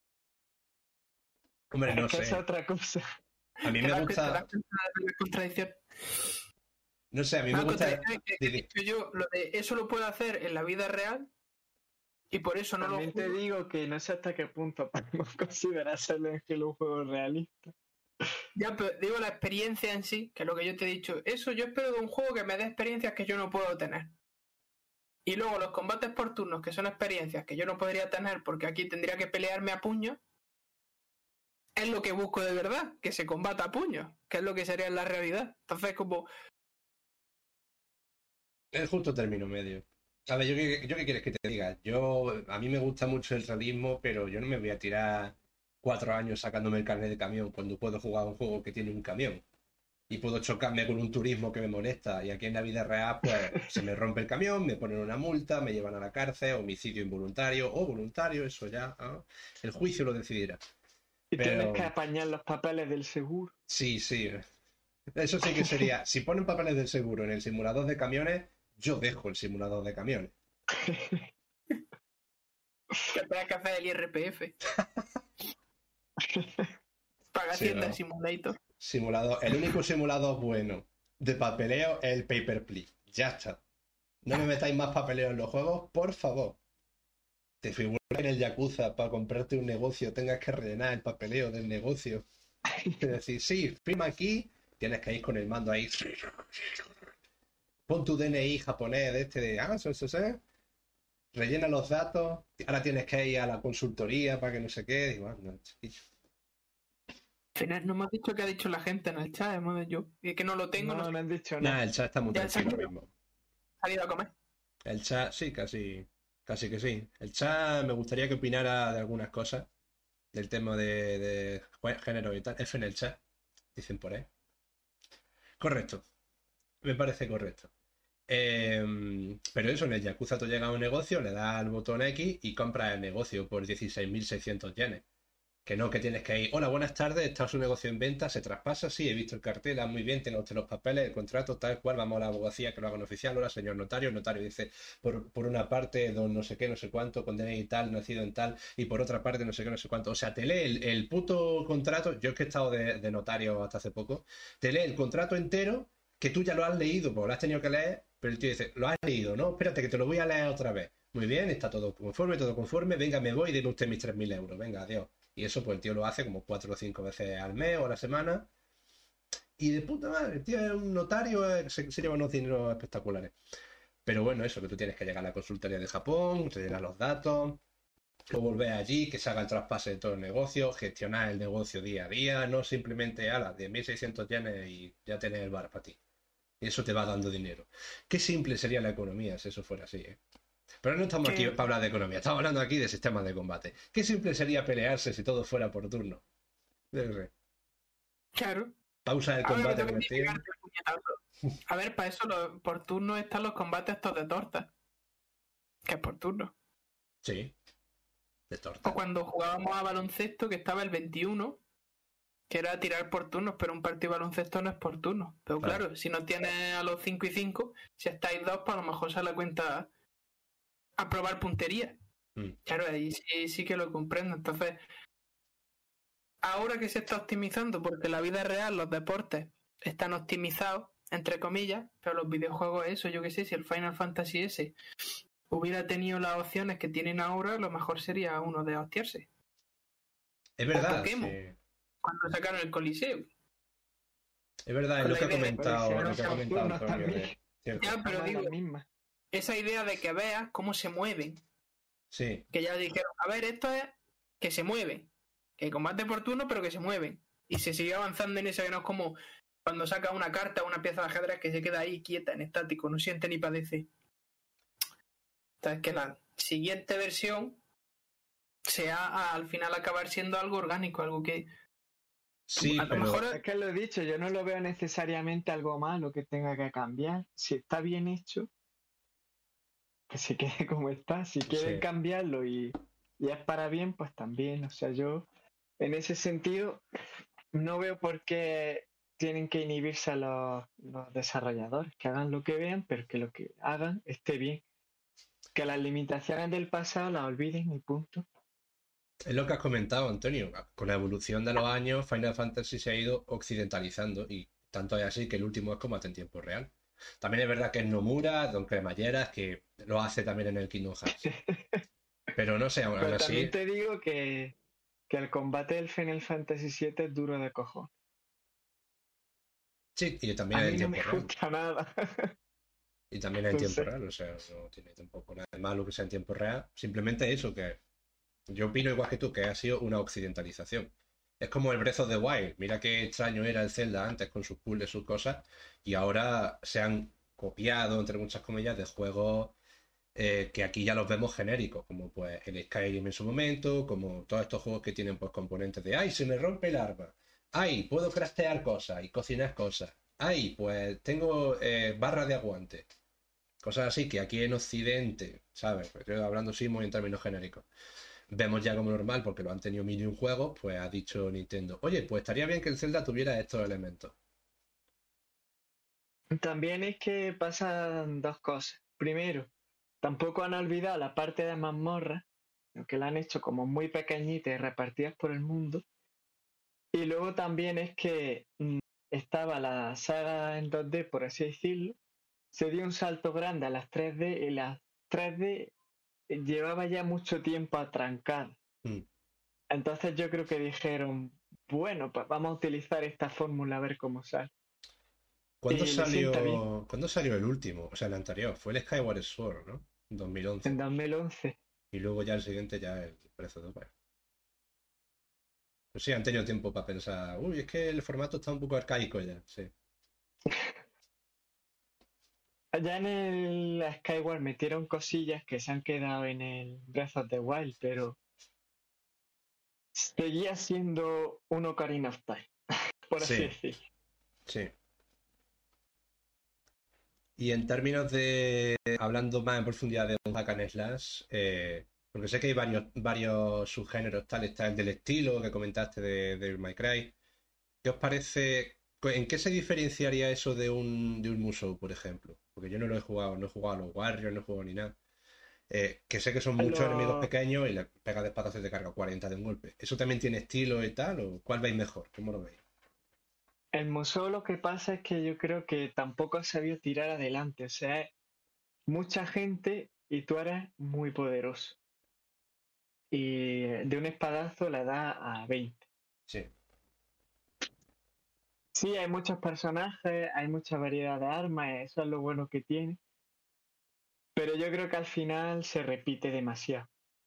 Speaker 2: Hombre,
Speaker 3: es
Speaker 2: no
Speaker 3: que esa
Speaker 2: sé.
Speaker 3: otra cosa.
Speaker 2: A mí
Speaker 1: ¿Te
Speaker 2: me
Speaker 1: das cuenta, te das
Speaker 2: gusta,
Speaker 1: cuenta de la contradicción?
Speaker 2: no sé, a mí me
Speaker 1: La
Speaker 2: gusta.
Speaker 1: contradicción es que
Speaker 2: Di,
Speaker 1: he
Speaker 2: di.
Speaker 1: dicho yo, lo de eso lo puedo hacer en la vida real y por eso no lo
Speaker 3: También te
Speaker 1: juego.
Speaker 3: digo que no sé hasta qué punto podemos considerar Silent Hill un juego realista.
Speaker 1: Ya, pero digo la experiencia en sí, que es lo que yo te he dicho. Eso yo espero de un juego que me dé experiencias que yo no puedo tener. Y luego los combates por turnos, que son experiencias que yo no podría tener porque aquí tendría que pelearme a puños, es lo que busco de verdad, que se combata a puños, que es lo que sería en la realidad. Entonces, como,
Speaker 2: El justo término medio. A ver, yo qué, yo qué quieres que te diga. Yo, a mí me gusta mucho el realismo, pero yo no me voy a tirar cuatro años sacándome el carnet de camión cuando puedo jugar un juego que tiene un camión. Y puedo chocarme con un turismo que me molesta. Y aquí en la vida real, pues, se me rompe el camión, me ponen una multa, me llevan a la cárcel, homicidio involuntario o voluntario, eso ya, ¿ah? El juicio lo decidirá.
Speaker 3: Y
Speaker 2: Pero-
Speaker 3: tienes que apañar los papeles del seguro.
Speaker 2: Sí, sí. Eso sí que sería. Si ponen papeles del seguro en el simulador de camiones, yo dejo el simulador de camiones.
Speaker 1: Que tengas que hacer el I R P F. Paga
Speaker 2: Sí,
Speaker 1: Hacienda
Speaker 2: no.
Speaker 1: Simulator.
Speaker 2: Simulador. El único simulador bueno de papeleo es el Paper Please. Ya está. No me metáis más papeleo en los juegos, por favor. Te figuras que en el Yakuza para comprarte un negocio tengas que rellenar el papeleo del negocio. Es decir, sí, firma aquí, tienes que ir con el mando ahí. Pon tu D N I japonés de este de ah, eso, eso, eso. Rellena los datos. Ahora tienes que ir a la consultoría para que no sé qué. Digo, anda, chiquillo.
Speaker 1: Al final no me has dicho qué ha dicho la gente en el chat, hemos de yo. Y es que no lo tengo, no,
Speaker 3: No,
Speaker 1: sé.
Speaker 3: no han dicho
Speaker 2: Nah,
Speaker 3: nada.
Speaker 2: el chat está muy
Speaker 1: Ya
Speaker 2: tranquilo
Speaker 1: se
Speaker 2: ahora
Speaker 1: ha
Speaker 2: mismo.
Speaker 1: Ha ido a comer.
Speaker 2: El chat, sí, casi, casi que sí. El chat me gustaría que opinara de algunas cosas. Del tema de, de jue- género y tal. F en el chat, dicen por ahí. Correcto. Me parece correcto. Eh, pero eso, en el Yakuza tú llegas a un negocio, le das al botón X y compras el negocio por dieciséis mil seiscientos yenes. Que no, que tienes que ir. Hola, buenas tardes, está su negocio en venta, se traspasa, sí, he visto el cartel, ah, muy bien, tiene usted los papeles, el contrato, tal cual, vamos a la abogacía que lo hagan oficial. Hola, señor notario. El notario dice, por, por una parte, don no sé qué, no sé cuánto, con D N I tal, nacido en tal, y por otra parte, no sé qué, no sé cuánto. O sea, te lee el, el puto contrato, yo es que he estado de, de notario hasta hace poco, te lee el contrato entero, que tú ya lo has leído, porque lo has tenido que leer, pero el tío dice, lo has leído, ¿no? Espérate que te lo voy a leer otra vez. Muy bien, está todo conforme, todo conforme, venga, me voy y deme usted mis tres mil euros, venga, adiós. Y eso pues el tío lo hace como cuatro o cinco veces al mes o a la semana. Y de puta madre, el tío es un notario, eh, se, se lleva unos dineros espectaculares. Pero bueno, eso, que tú tienes que llegar a la consultoría de Japón, rellenar los datos, o volver allí, que se haga el traspase de todo el negocio, gestionar el negocio día a día, no simplemente a las diez mil seiscientos yenes y ya tenés el bar para ti. Y eso te va dando dinero. Qué simple sería la economía si eso fuera así, ¿eh? Pero no estamos aquí
Speaker 1: ¿Qué?
Speaker 2: para hablar de economía, estamos hablando aquí de sistemas de combate. Qué simple sería pelearse si todo fuera por turno. Yo qué sé.
Speaker 1: Claro.
Speaker 2: Pausa el
Speaker 1: Ahora me
Speaker 2: combate
Speaker 1: toca
Speaker 2: con el tío.
Speaker 1: pegarte el puñetazo. A ver, para eso lo- por turno están los combates estos de torta. Que es por turno.
Speaker 2: Sí. De torta.
Speaker 1: O cuando jugábamos a baloncesto, que estaba el veintiuno, que era tirar por turnos, pero un partido de baloncesto no es por turno. Pero
Speaker 2: Claro.
Speaker 1: claro, si no tienes a los cinco y cinco, si estáis dos, pues a lo mejor sale a cuenta a probar puntería.
Speaker 2: Mm.
Speaker 1: Claro, ahí sí, sí que lo comprendo. Entonces, ahora que se está optimizando, porque en la vida real los deportes están optimizados, entre comillas, pero los videojuegos, eso, yo qué sé, si el Final Fantasy S hubiera tenido las opciones que tienen ahora, lo mejor sería uno de hostiarse.
Speaker 2: Es verdad,
Speaker 1: Pokémon.
Speaker 2: sí.
Speaker 1: Cuando sacaron el Coliseo.
Speaker 2: Es verdad, es
Speaker 1: Con
Speaker 2: lo
Speaker 1: la
Speaker 2: que ha
Speaker 1: idea de-
Speaker 2: comentado,
Speaker 3: Pero
Speaker 2: lo
Speaker 3: si
Speaker 2: que ha
Speaker 3: eran
Speaker 2: comentado
Speaker 3: turnos
Speaker 2: Antonio.
Speaker 3: también.
Speaker 2: de- Cierto.
Speaker 1: Ya, pero
Speaker 3: Jamás
Speaker 1: digo,
Speaker 3: la misma.
Speaker 1: esa idea de que veas cómo se mueven,
Speaker 2: Sí,
Speaker 1: que ya dijeron, a ver, esto es que se mueven, que combate por turno, pero que se mueven. Y se sigue avanzando en eso, que no es como cuando sacas una carta o una pieza de ajedrez que se queda ahí quieta, en estático, no siente ni padece. Entonces, que la siguiente versión sea a- al final acabar siendo algo orgánico, algo que
Speaker 2: sí,
Speaker 1: a lo
Speaker 2: pero
Speaker 1: mejor
Speaker 3: Es que lo he dicho, yo no lo veo necesariamente algo malo que tenga que cambiar. Si está bien hecho, que se quede como está. Si quieren
Speaker 2: Sí.
Speaker 3: cambiarlo y, y es para bien, pues también. O sea, yo en ese sentido no veo por qué tienen que inhibirse a los, los desarrolladores, que hagan lo que vean, pero que lo que hagan esté bien. Que las limitaciones del pasado las olviden y punto.
Speaker 2: es lo que has comentado, Antonio. Con la evolución de los años, Final Fantasy se ha ido occidentalizando y tanto es así que el último es combate en tiempo real. También es verdad que es Nomura, Don Cremalleras, que lo hace también en el Kingdom Hearts. Pero no sé, aún
Speaker 3: Pero
Speaker 2: así,
Speaker 3: también te digo que, que el combate del Final Fantasy siete es duro de cojones.
Speaker 2: sí, y también
Speaker 3: A
Speaker 2: es
Speaker 3: mí
Speaker 2: en
Speaker 3: no
Speaker 2: tiempo
Speaker 3: me
Speaker 2: real.
Speaker 3: gusta nada.
Speaker 2: Y también es en
Speaker 3: No
Speaker 2: tiempo
Speaker 3: sé.
Speaker 2: real, o sea, no tiene tampoco nada de malo que sea en tiempo real. Simplemente eso, que yo opino igual que tú, que ha sido una occidentalización. Es como el Breath of the Wild. Mira qué extraño era el Zelda antes con sus puzzles, sus cosas, y ahora se han copiado, entre muchas comillas, de juegos eh, que aquí ya los vemos genéricos, como pues el Skyrim en su momento, como todos estos juegos que tienen pues componentes de ¡ay, se me rompe el arma! ¡Ay, puedo craftear cosas y cocinar cosas! ¡Ay, pues tengo eh, barra de aguante! Cosas así que aquí en Occidente, ¿sabes? Estoy hablando sí muy en términos genéricos. vemos ya como normal, porque lo han tenido mil y un juegos, pues ha dicho Nintendo, oye, pues estaría bien que el Zelda tuviera estos elementos.
Speaker 3: También es que pasan dos cosas. Primero, tampoco han olvidado la parte de mazmorra, que la han hecho como muy pequeñita y repartidas por el mundo. Y luego también es que mm, estaba la saga en dos D, por así decirlo, se dio un salto grande a las tres D y las tres D llevaba ya mucho tiempo atrancada.
Speaker 2: Mm.
Speaker 3: Entonces yo creo que dijeron, bueno, pues vamos a utilizar esta fórmula a ver cómo sale.
Speaker 2: ¿Cuándo
Speaker 3: Y le sienta bien.
Speaker 2: salió, ¿cuándo salió el último? O sea, el anterior, fue el Skyward Sword, ¿no? En dos mil once.
Speaker 3: En dos mil once.
Speaker 2: Y luego ya el siguiente, ya el Breath of the Wild. Pues sí, han tenido tiempo para pensar, uy, es que el formato está un poco arcaico ya, sí.
Speaker 3: Allá en el Skyward metieron cosillas que se han quedado en el Breath of the Wild, pero seguía siendo un Ocarina of Time, por así
Speaker 2: Sí,
Speaker 3: decir.
Speaker 2: sí. Y en términos de, hablando más en profundidad de un hack and slash, eh, porque sé que hay varios, varios subgéneros, tal, está el del estilo que comentaste de, de My Cry. ¿Qué os parece? ¿En qué se diferenciaría eso de un, de un Musou, por ejemplo? Porque yo no lo he jugado, no he jugado a los Warriors, no he jugado ni nada. Eh, que sé que son muchos enemigos
Speaker 3: Lo-
Speaker 2: pequeños y le pega de espadazos y te carga cuarenta de un golpe. ¿Eso también tiene estilo y tal? ¿O cuál veis mejor? ¿Cómo lo veis?
Speaker 3: El museo lo que pasa es que yo creo que tampoco ha sabido tirar adelante. O sea, mucha gente y tú eres muy poderoso. Y de un espadazo la da a veinte.
Speaker 2: Sí.
Speaker 3: Sí, hay muchos personajes, hay mucha variedad de armas, eso es lo bueno que tiene. Pero yo creo que al final se repite demasiado.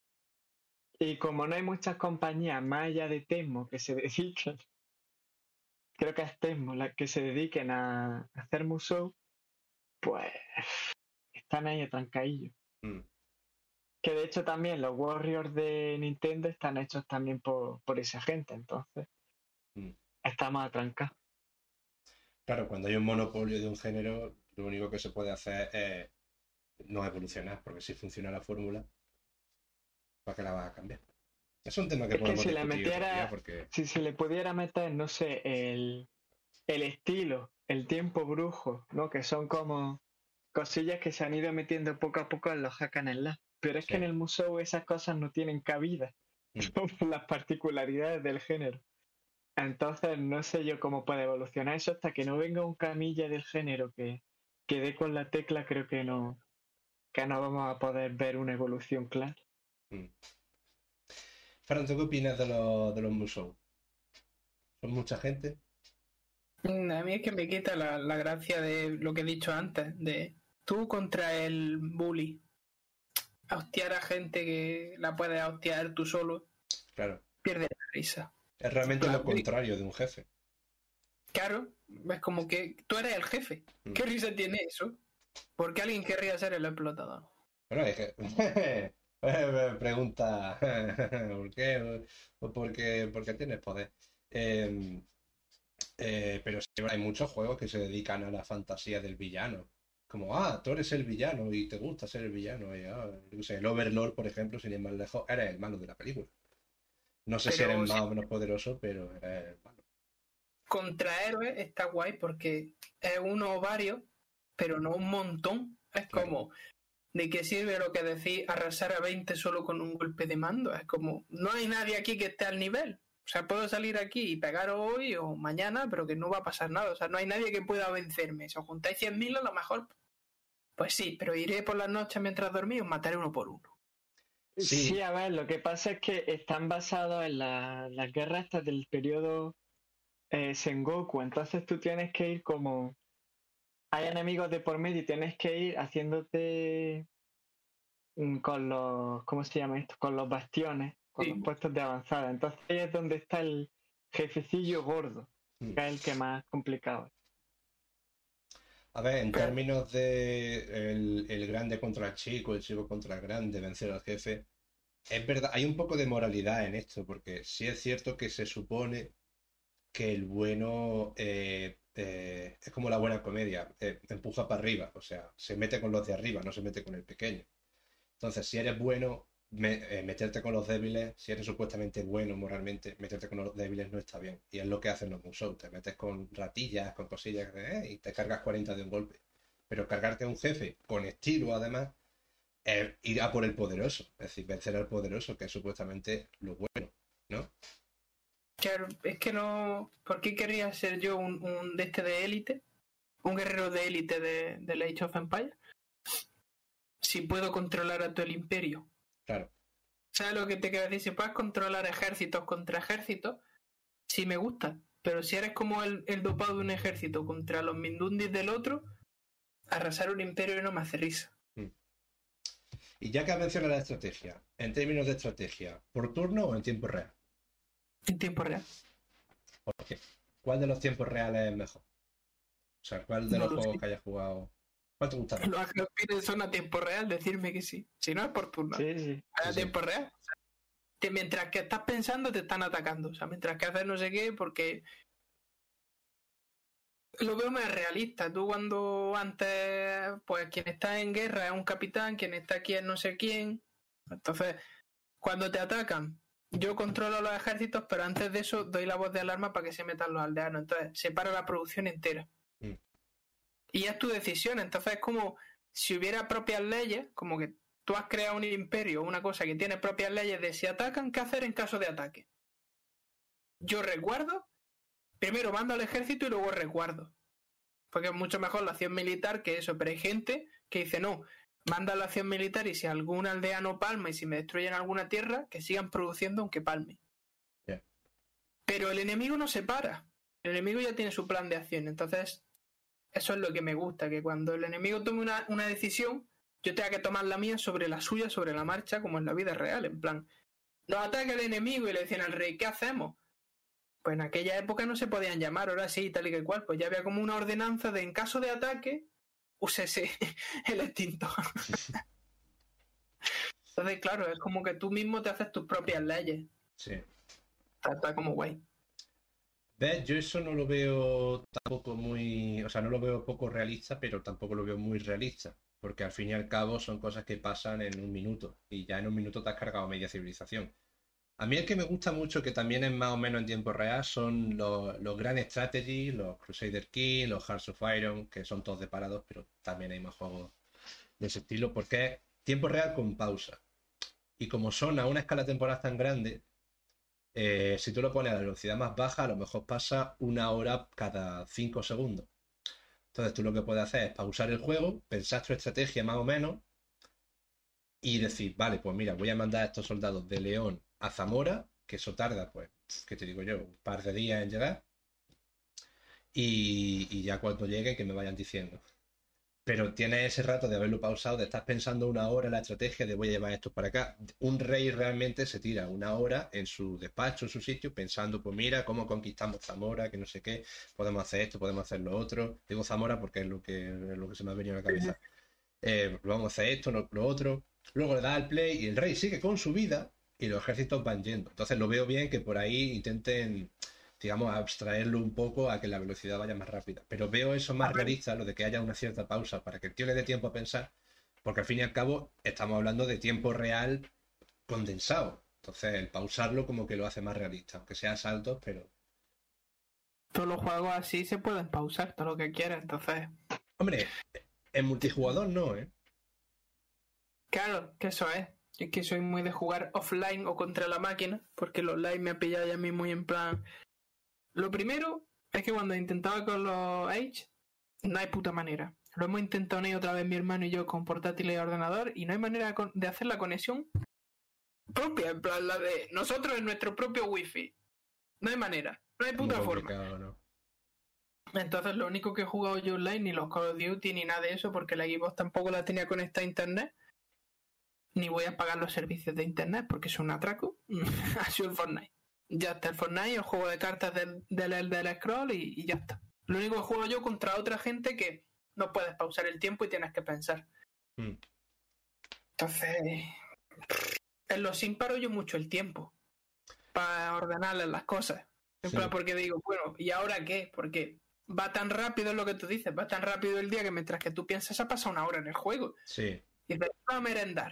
Speaker 3: Y como no hay muchas compañías más allá de Tecmo que se dediquen, creo que es Tecmo las que se dediquen a hacer musou, pues están ahí atrancadillos.
Speaker 2: Mm,
Speaker 3: Que de hecho también los Warriors de Nintendo están hechos también por, por esa gente, entonces
Speaker 2: mm.
Speaker 3: estamos atrancados.
Speaker 2: Claro, cuando hay un monopolio de un género, lo único que se puede hacer es no evolucionar, porque si funciona la fórmula, ¿para qué la vas a cambiar? Es un tema que
Speaker 3: Es que
Speaker 2: podemos
Speaker 3: si le
Speaker 2: discutir otro día,
Speaker 3: metiera,
Speaker 2: porque,
Speaker 3: si se le pudiera meter, no sé, el, el estilo, el tiempo brujo, ¿no? Que son como cosillas que se han ido metiendo poco a poco en los hack and slash. Pero es que en
Speaker 2: sí.
Speaker 3: el museo esas cosas no tienen cabida.
Speaker 2: Mm.
Speaker 3: Son las particularidades del género. Entonces no sé yo cómo puede evolucionar eso hasta que no venga un camilla del género que, que dé con la tecla, creo que no, que no vamos a poder ver una evolución clara.
Speaker 2: Mm. Fran, ¿tú qué opinas de los, de los Musou? ¿Son mucha gente?
Speaker 1: Mm, A mí es que me quita la, la gracia de lo que he dicho antes, de tú contra el bully, a hostiar a gente que la puedes hostiar tú solo,
Speaker 2: Claro.
Speaker 1: pierde la risa.
Speaker 2: Es realmente lo
Speaker 1: Claro, y-
Speaker 2: contrario de un jefe.
Speaker 1: claro, es como que tú eres el jefe.
Speaker 2: Mm.
Speaker 1: ¿Qué risa tiene eso? ¿Por qué alguien querría ser el explotador?
Speaker 2: Bueno, es que... me pregunta ¿por qué? Pues porque, porque tienes poder. Eh, eh, pero sí, hay muchos juegos que se dedican a la fantasía del villano. Como, ah, tú eres el villano y te gusta ser el villano. Y, ah, yo qué sé, el Overlord, por ejemplo, sin ir más lejos, eres el malo de la película. No sé si eres
Speaker 1: Pero
Speaker 2: más o menos poderoso, pero eres el malo.
Speaker 1: contra héroes está guay porque es uno o varios, pero no un montón. Es
Speaker 2: Claro.
Speaker 1: como, ¿de qué sirve lo que decís arrasar a veinte solo con un golpe de mando? Es como, no hay nadie aquí que esté al nivel. O sea, puedo salir aquí y pegar hoy o mañana, pero que no va a pasar nada. O sea, no hay nadie que pueda vencerme. Si os juntáis cien mil, a lo mejor, pues sí, pero iré por las noches mientras dormís y os mataré uno por uno.
Speaker 2: Sí.
Speaker 3: Sí, a ver, lo que pasa es que están basados en la- las guerras estas del periodo eh, Sengoku, entonces tú tienes que ir como... Hay enemigos de por medio y tienes que ir haciéndote mm, con los... ¿Cómo se llama esto? Con los bastiones, con
Speaker 1: Sí.
Speaker 3: los puestos de avanzada. Entonces ahí es donde está el jefecillo gordo,
Speaker 2: Mm.
Speaker 3: que es el que más complicado es.
Speaker 2: A ver, en
Speaker 1: Pero-
Speaker 2: términos de el, el grande contra el chico, el chico contra el grande, vencer al jefe, es verdad, hay un poco de moralidad en esto, porque sí es cierto que se supone que el bueno eh, eh, es como la buena comedia, eh, empuja para arriba, o sea, se mete con los de arriba, no se mete con el pequeño. Entonces, si eres bueno, me- eh, meterte con los débiles, si eres supuestamente bueno moralmente, meterte con los débiles no está bien. Y es lo que hacen los Musou, te metes con ratillas, con cosillas, eh, y te cargas cuarenta de un golpe. Pero cargarte a un jefe con estilo, además, es ir a por el poderoso, es decir, vencer al poderoso, que es supuestamente lo bueno, ¿no?
Speaker 1: Claro, es que no. ¿Por qué querría ser yo un, un de este de élite? Un guerrero de élite de, de Age of Empires. Si puedo controlar a todo el imperio.
Speaker 2: Claro,
Speaker 1: ¿Sabes lo que te quiero decir? Si puedes controlar ejércitos contra ejércitos, sí me gusta. Pero si eres como el, el dopado de un ejército contra los Mindundis del otro, arrasar un imperio no me hace risa.
Speaker 2: y ya que has mencionado la estrategia, en términos de estrategia, ¿por turno o en tiempo real?
Speaker 1: En tiempo real.
Speaker 2: ¿Por qué? ¿Cuál de los tiempos reales es mejor? O sea, ¿cuál de
Speaker 1: No
Speaker 2: los
Speaker 1: lo
Speaker 2: juegos
Speaker 1: sé.
Speaker 2: que hayas jugado? ¿Cuál te gusta más?
Speaker 1: Los agentes son a tiempo real, decirme que sí. Si no es por turno.
Speaker 3: Sí, sí.
Speaker 1: A
Speaker 2: Sí, sí.
Speaker 1: tiempo real. O sea, que mientras que estás pensando te están atacando. O sea, mientras que haces no sé qué, porque lo veo más realista. Tú cuando antes, pues quien está en guerra es un capitán, quien está aquí es no sé quién. Entonces, cuando te atacan, yo controlo los ejércitos, pero antes de eso doy la voz de alarma para que se metan los aldeanos. Entonces, separa la producción entera.
Speaker 2: Mm.
Speaker 1: Y es tu decisión. Entonces, es como si hubiera propias leyes, como que tú has creado un imperio, una cosa que tiene propias leyes de si atacan, qué hacer en caso de ataque. Yo recuerdo, primero mando al ejército y luego resguardo. Porque es mucho mejor la acción militar que eso. Pero hay gente que dice, no, manda la acción militar y si algún aldeano palma y si me destruyen alguna tierra, que sigan produciendo aunque palme.
Speaker 2: Yeah.
Speaker 1: Pero el enemigo no se para. El enemigo ya tiene su plan de acción. Entonces, eso es lo que me gusta, que cuando el enemigo tome una, una decisión, yo tenga que tomar la mía sobre la suya, sobre la marcha, como en la vida real. En plan, nos ataca el enemigo y le decían al rey, ¿qué hacemos? Pues en aquella época no se podían llamar, ahora sí, tal y que cual. Pues ya había como una ordenanza de en caso de ataque, úsese el extintor. Entonces, claro, es como que tú mismo te haces tus propias leyes.
Speaker 2: Sí.
Speaker 1: Está, está como guay.
Speaker 2: ¿Ves? Yo eso no lo veo tampoco muy, o sea, no lo veo poco realista, pero tampoco lo veo muy realista, porque al fin y al cabo son cosas que pasan en un minuto y ya en un minuto te has cargado media civilización. A mí el que me gusta mucho, que también es más o menos en tiempo real, son los, los Grand Strategy, los Crusader Kings, los Hearts of Iron, que son todos de parados, pero también hay más juegos de ese estilo, porque es tiempo real con pausa. Y como son a una escala temporal tan grande, eh, si tú lo pones a la velocidad más baja, a lo mejor pasa una hora cada cinco segundos. Entonces tú lo que puedes hacer es pausar el juego, pensar tu estrategia más o menos y decir, vale, pues mira, voy a mandar a estos soldados de León a Zamora, que eso tarda, pues, ¿qué te digo yo? Un par de días en llegar. Y, y ya cuando llegue que me vayan diciendo. Pero tienes ese rato de haberlo pausado, de estar pensando una hora en la estrategia de voy a llevar esto para acá. Un rey realmente se tira una hora en su despacho, en su sitio, pensando, pues mira, cómo conquistamos Zamora, que no sé qué, podemos hacer esto, podemos hacer lo otro. Digo Zamora porque es lo que, es lo que se me ha venido a la cabeza. Eh, vamos a hacer esto, lo, lo otro. Luego le da al play y el rey sigue con su vida y los ejércitos van yendo. Entonces lo veo bien que por ahí intenten, digamos, abstraerlo un poco a que la velocidad vaya más rápida. Pero veo eso más realista, lo de que haya una cierta pausa para que el tío le dé tiempo a pensar, porque al fin y al cabo estamos hablando de tiempo real condensado. Entonces el pausarlo como que lo hace más realista, aunque sea saltos, pero...
Speaker 1: Todos los juegos así se pueden pausar, todo lo que quieras, entonces...
Speaker 2: Hombre, en multijugador no, ¿eh?
Speaker 1: Claro, que eso es. Es que soy muy de jugar offline o contra la máquina, porque el online me ha pillado ya a mí muy en plan... Lo primero es que cuando intentaba con los Age, no hay puta manera. Lo hemos intentado una y otra vez mi hermano y yo con portátil y ordenador y no hay manera de hacer la conexión propia, en plan la de nosotros en nuestro propio wifi. No hay manera, no hay puta forma.
Speaker 2: ¿No?
Speaker 1: Entonces lo único que he jugado yo online, ni los Call of Duty ni nada de eso, porque la Xbox tampoco la tenía conectada a internet, ni voy a pagar los servicios de internet porque es un atraco. Ha sido el Fortnite. Ya está el Fortnite, el juego de cartas del, del, del Scroll y, y ya está. Lo único que juego yo contra otra gente que no puedes pausar el tiempo y tienes que pensar.
Speaker 2: Mm.
Speaker 1: Entonces, en los Sims paro yo mucho el tiempo para ordenarles las cosas. En
Speaker 2: Sí.
Speaker 1: plan, porque digo, bueno, ¿y ahora qué? Porque va tan rápido, es lo que tú dices, va tan rápido el día que mientras que tú piensas ha pasado una hora en el juego.
Speaker 2: Sí.
Speaker 1: Y te vas a merendar.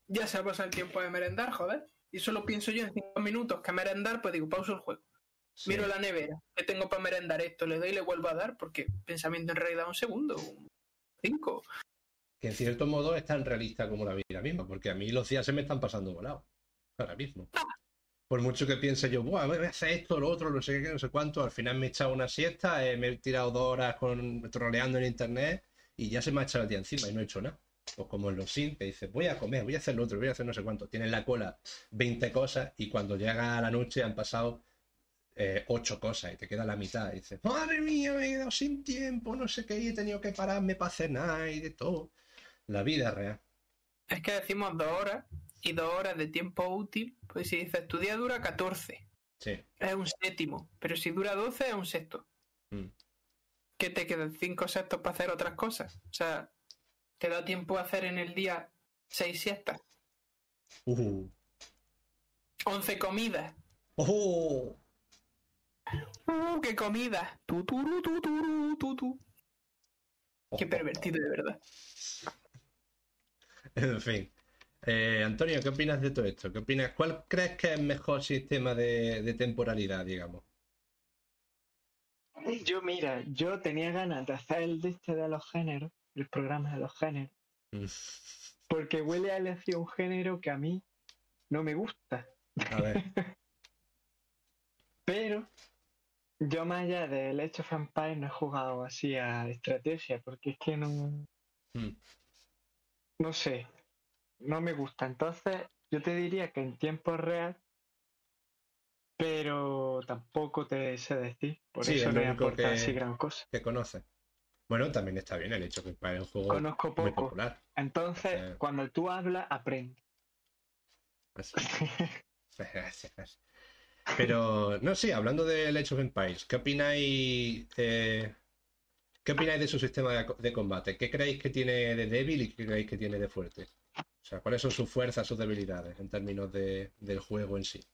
Speaker 1: ya se ha pasado el tiempo de merendar, joder. Y solo pienso yo en cinco minutos que merendar, pues digo, pauso el juego.
Speaker 2: Sí.
Speaker 1: Miro la nevera, que tengo para merendar esto, le doy y le vuelvo a dar, porque pensamiento en realidad un segundo, un cinco.
Speaker 2: Que en cierto modo es tan realista como la vida misma, porque a mí los días se me están pasando volados. Ahora mismo. Por mucho que piense yo, Buah, voy a hacer esto, lo otro, no sé qué, no sé cuánto, al final me he echado una siesta, eh, me he tirado dos horas con, troleando en internet y ya se me ha echado el día encima y no he hecho nada. Pues como en los Sims, que dices, voy a comer, voy a hacer lo otro, voy a hacer no sé cuánto. Tienes la cola veinte cosas y cuando llega la noche han pasado eh, ocho cosas y te queda la mitad. Y dices, madre mía, me he quedado sin tiempo, no sé qué, y he tenido que pararme para cenar y de todo. La vida real.
Speaker 1: Es que decimos dos horas y dos horas de tiempo útil, pues si dices tu día dura catorce,
Speaker 2: Sí.
Speaker 1: es un séptimo, pero si dura doce es un sexto.
Speaker 2: Mm.
Speaker 1: ¿Qué te quedan? Cinco sextos para hacer otras cosas. O sea, te da tiempo a hacer en el día seis siestas,
Speaker 2: Uh.
Speaker 1: once comidas.
Speaker 2: ¡Oh!
Speaker 1: ¡Uh, qué comida! Tu, tu, tu, tu, tu, tu, tu. Qué pervertido, de verdad.
Speaker 2: En fin. Eh, Antonio, ¿qué opinas de todo esto? ¿Qué opinas? ¿Cuál crees que es el mejor sistema de, de temporalidad, digamos?
Speaker 3: Yo, mira, yo tenía ganas de hacer el de este de los géneros, el programa de los géneros,
Speaker 2: Mm.
Speaker 3: porque huele a elegir un género que a mí no me gusta.
Speaker 2: A ver.
Speaker 3: Pero yo más allá del Age of Empires no he jugado así a estrategia, porque es que no,
Speaker 2: Mm.
Speaker 3: no sé, no me gusta. Entonces yo te diría que en tiempo real, pero tampoco te sé decir, por
Speaker 2: Sí,
Speaker 3: eso
Speaker 2: es
Speaker 3: no
Speaker 2: lo
Speaker 3: me
Speaker 2: único
Speaker 3: aporta
Speaker 2: que,
Speaker 3: así gran cosa.
Speaker 2: que conoces. Bueno, también está bien el hecho que es un juego
Speaker 3: Conozco
Speaker 2: muy
Speaker 3: poco.
Speaker 2: popular.
Speaker 3: Entonces,
Speaker 2: Eh.
Speaker 3: cuando tú hablas, aprende.
Speaker 2: Pues, gracias. Pero, no, sí, hablando del Age of Empires, ¿qué opináis, eh, ¿qué opináis de su sistema de, de combate? ¿Qué creéis que tiene de débil y qué creéis que tiene de fuerte? O sea, ¿cuáles son sus fuerzas, sus debilidades en términos de, del juego en sí?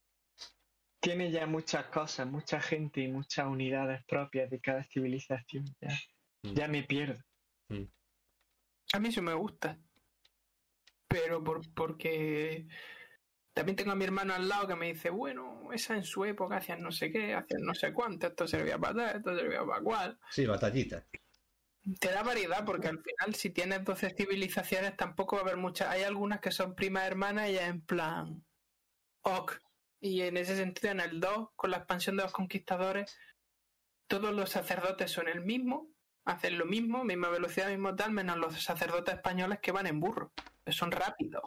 Speaker 3: Tiene ya muchas cosas, mucha gente y muchas unidades propias de cada civilización. Ya,
Speaker 2: Mm.
Speaker 3: ya me pierdo.
Speaker 2: Mm.
Speaker 1: A mí sí me gusta. Pero por, porque también tengo a mi hermano al lado que me dice, bueno, esa en su época hacían no sé qué, hacían no sé cuánto, esto servía para tal, esto servía para cual.
Speaker 2: Sí, batallita.
Speaker 1: Te da variedad porque al final si tienes doce civilizaciones tampoco va a haber muchas. Hay algunas que son primas hermanas y ya en plan ok. Y en ese sentido en el dos, con la expansión de los conquistadores, todos los sacerdotes son el mismo, hacen lo mismo, misma velocidad, mismo tal, menos los sacerdotes españoles que van en burro, que son rápidos.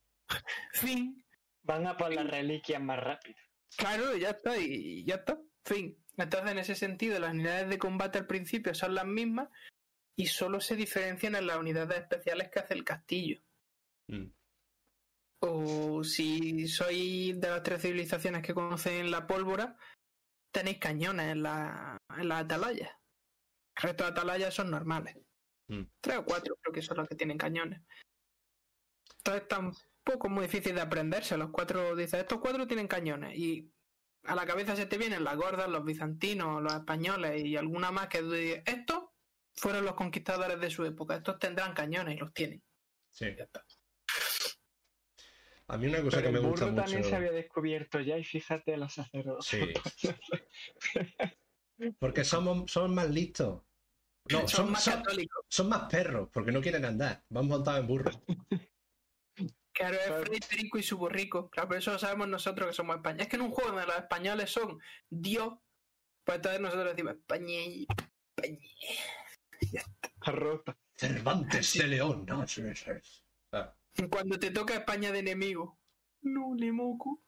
Speaker 1: Fin.
Speaker 3: Van a por las reliquias más rápido.
Speaker 1: Claro, ya está, y ya está. Fin. Entonces, en ese sentido, las unidades de combate al principio son las mismas y solo se diferencian en las unidades especiales que hace el castillo.
Speaker 2: Mm.
Speaker 1: O si sois de las tres civilizaciones que conocen la pólvora, tenéis cañones en la, en las atalayas. El resto de atalayas son normales.
Speaker 2: Mm.
Speaker 1: Tres o cuatro creo que son los que tienen cañones. Entonces tampoco es muy difícil de aprenderse. Los cuatro, dices, estos cuatro tienen cañones. Y a la cabeza se te vienen las gordas, los bizantinos, los españoles y alguna más que tú dices, estos fueron los conquistadores de su época. Estos tendrán cañones y los tienen.
Speaker 2: Sí.
Speaker 1: Ya está.
Speaker 2: A mí una cosa
Speaker 3: Pero
Speaker 2: que me
Speaker 3: el
Speaker 2: gusta
Speaker 3: burro
Speaker 2: mucho...
Speaker 3: también se había descubierto ya y fíjate los sacerdotes.
Speaker 2: Sí. Porque somos, somos más listos. No,
Speaker 1: son,
Speaker 2: son
Speaker 1: más
Speaker 2: son,
Speaker 1: católicos.
Speaker 2: Son más perros, porque no quieren andar. Van montados en burro.
Speaker 1: Claro, es Freddy Perico y su burrico. Claro, pero eso lo sabemos nosotros que somos españoles. Es que en un juego donde los españoles son Dios, pues entonces nosotros decimos España, España. Ya está.
Speaker 3: Rota.
Speaker 2: Cervantes de León, ¿no? Sí, sí. Ah.
Speaker 1: Cuando te toca España de enemigo. No, le moco.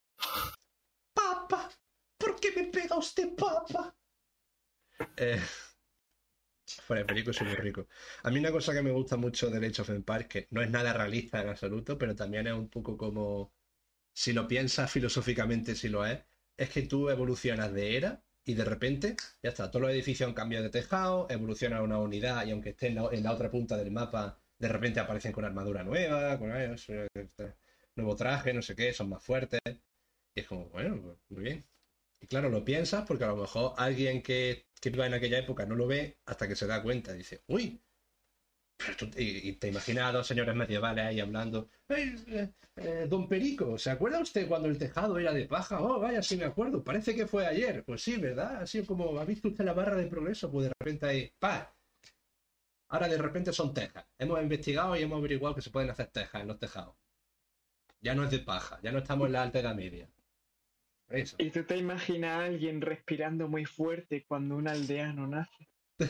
Speaker 2: Papa, ¿por qué me pega usted, papa? Eh... Fuera de Perico y su burrico. A mí una cosa que me gusta mucho del Age of Empires, que no es nada realista en absoluto, pero también es un poco como, si lo piensas filosóficamente, si lo es, es que tú evolucionas de era y de repente, ya está, todos los edificios han cambiado de tejado, evolucionan a una unidad y aunque estén en la, en la otra punta del mapa, de repente aparecen con armadura nueva, con eh, nuevo traje, no sé qué, son más fuertes. Y es como, bueno, pues, muy bien. Y claro, lo piensas porque a lo mejor alguien que, que viva en aquella época no lo ve hasta que se da cuenta y dice, uy, Pero tú- y, y te imaginas a dos señores medievales ahí hablando. "Ey, eh, eh, don Perico, ¿se acuerda usted cuando el tejado era de paja? Oh, vaya, sí me acuerdo. Parece que fue ayer. Pues sí, ¿verdad? Así como ha visto usted la barra de progreso, pues de repente ahí. ¡Pa! Ahora de repente son tejas. Hemos investigado y hemos averiguado que se pueden hacer tejas en los tejados. Ya no es de paja, ya no estamos en la alta edad media. Eso.
Speaker 3: ¿Y tú te imaginas a alguien respirando muy fuerte cuando un aldeano nace?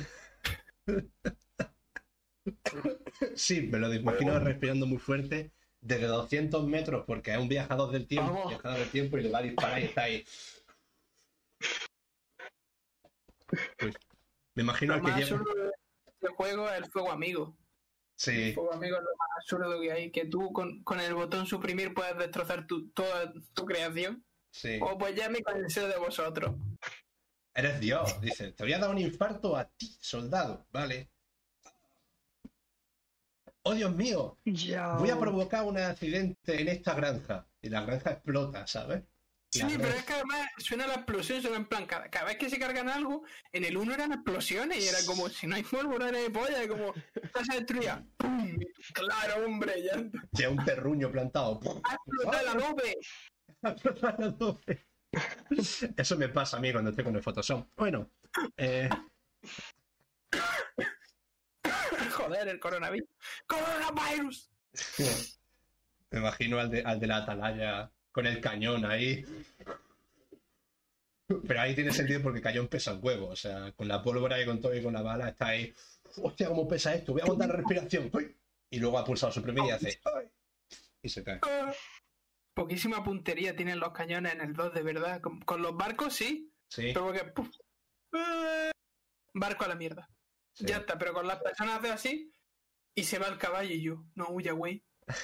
Speaker 2: Sí, me lo imagino respirando muy fuerte desde doscientos metros porque es un viajador del tiempo,
Speaker 3: Vamos.
Speaker 2: viajador del tiempo y le va a disparar y está ahí. Pues, me imagino
Speaker 1: Lo
Speaker 2: al que
Speaker 1: más
Speaker 2: lleva.
Speaker 1: absurdo de este juego es el fuego amigo. El
Speaker 2: Sí,
Speaker 1: fuego amigo es lo más absurdo que hay, que tú con, con el botón suprimir puedes destrozar tu, toda tu creación.
Speaker 2: sí.
Speaker 1: O pues ya me cansé de vosotros.
Speaker 2: Eres Dios, dice. Te voy a dar un infarto a ti, soldado. Vale. Oh, Dios mío.
Speaker 3: Ya.
Speaker 2: Voy a provocar un accidente en esta granja. Y la granja explota, ¿sabes?
Speaker 1: Sí,
Speaker 2: La
Speaker 1: pero
Speaker 2: granja-
Speaker 1: es que además suena la explosión, suena en plan, cada, cada vez que se cargan algo, en el uno eran explosiones y era como, si no hay pólvora, no hay polla, y como, esta se destruía. ¡Pum! Y tú, claro, hombre, ya
Speaker 2: Ya un terruño plantado.
Speaker 1: ha explotado la nube.
Speaker 2: Eso me pasa a mí cuando estoy con el Photoshop. Bueno, eh,
Speaker 1: Joder, el coronavirus. ¡Coronavirus!
Speaker 2: me imagino al de, al de la atalaya con el cañón ahí. Pero ahí tiene sentido porque cañón pesa un huevo. O sea, con la pólvora y con todo y con la bala está ahí. Hostia, cómo pesa esto. Voy a aguantar la respiración. ¡Uy! Y luego ha pulsado suprimir y hace. ¡Ay! Y se cae.
Speaker 1: Poquísima puntería tienen los cañones en el dos, de verdad. Con, con los barcos sí,
Speaker 2: Sí,
Speaker 1: pero porque... ¡puf! ¡Eh! Barco a la mierda.
Speaker 2: sí.
Speaker 1: Ya está, pero con las personas hace así y se va el caballo y yo, no huya, güey.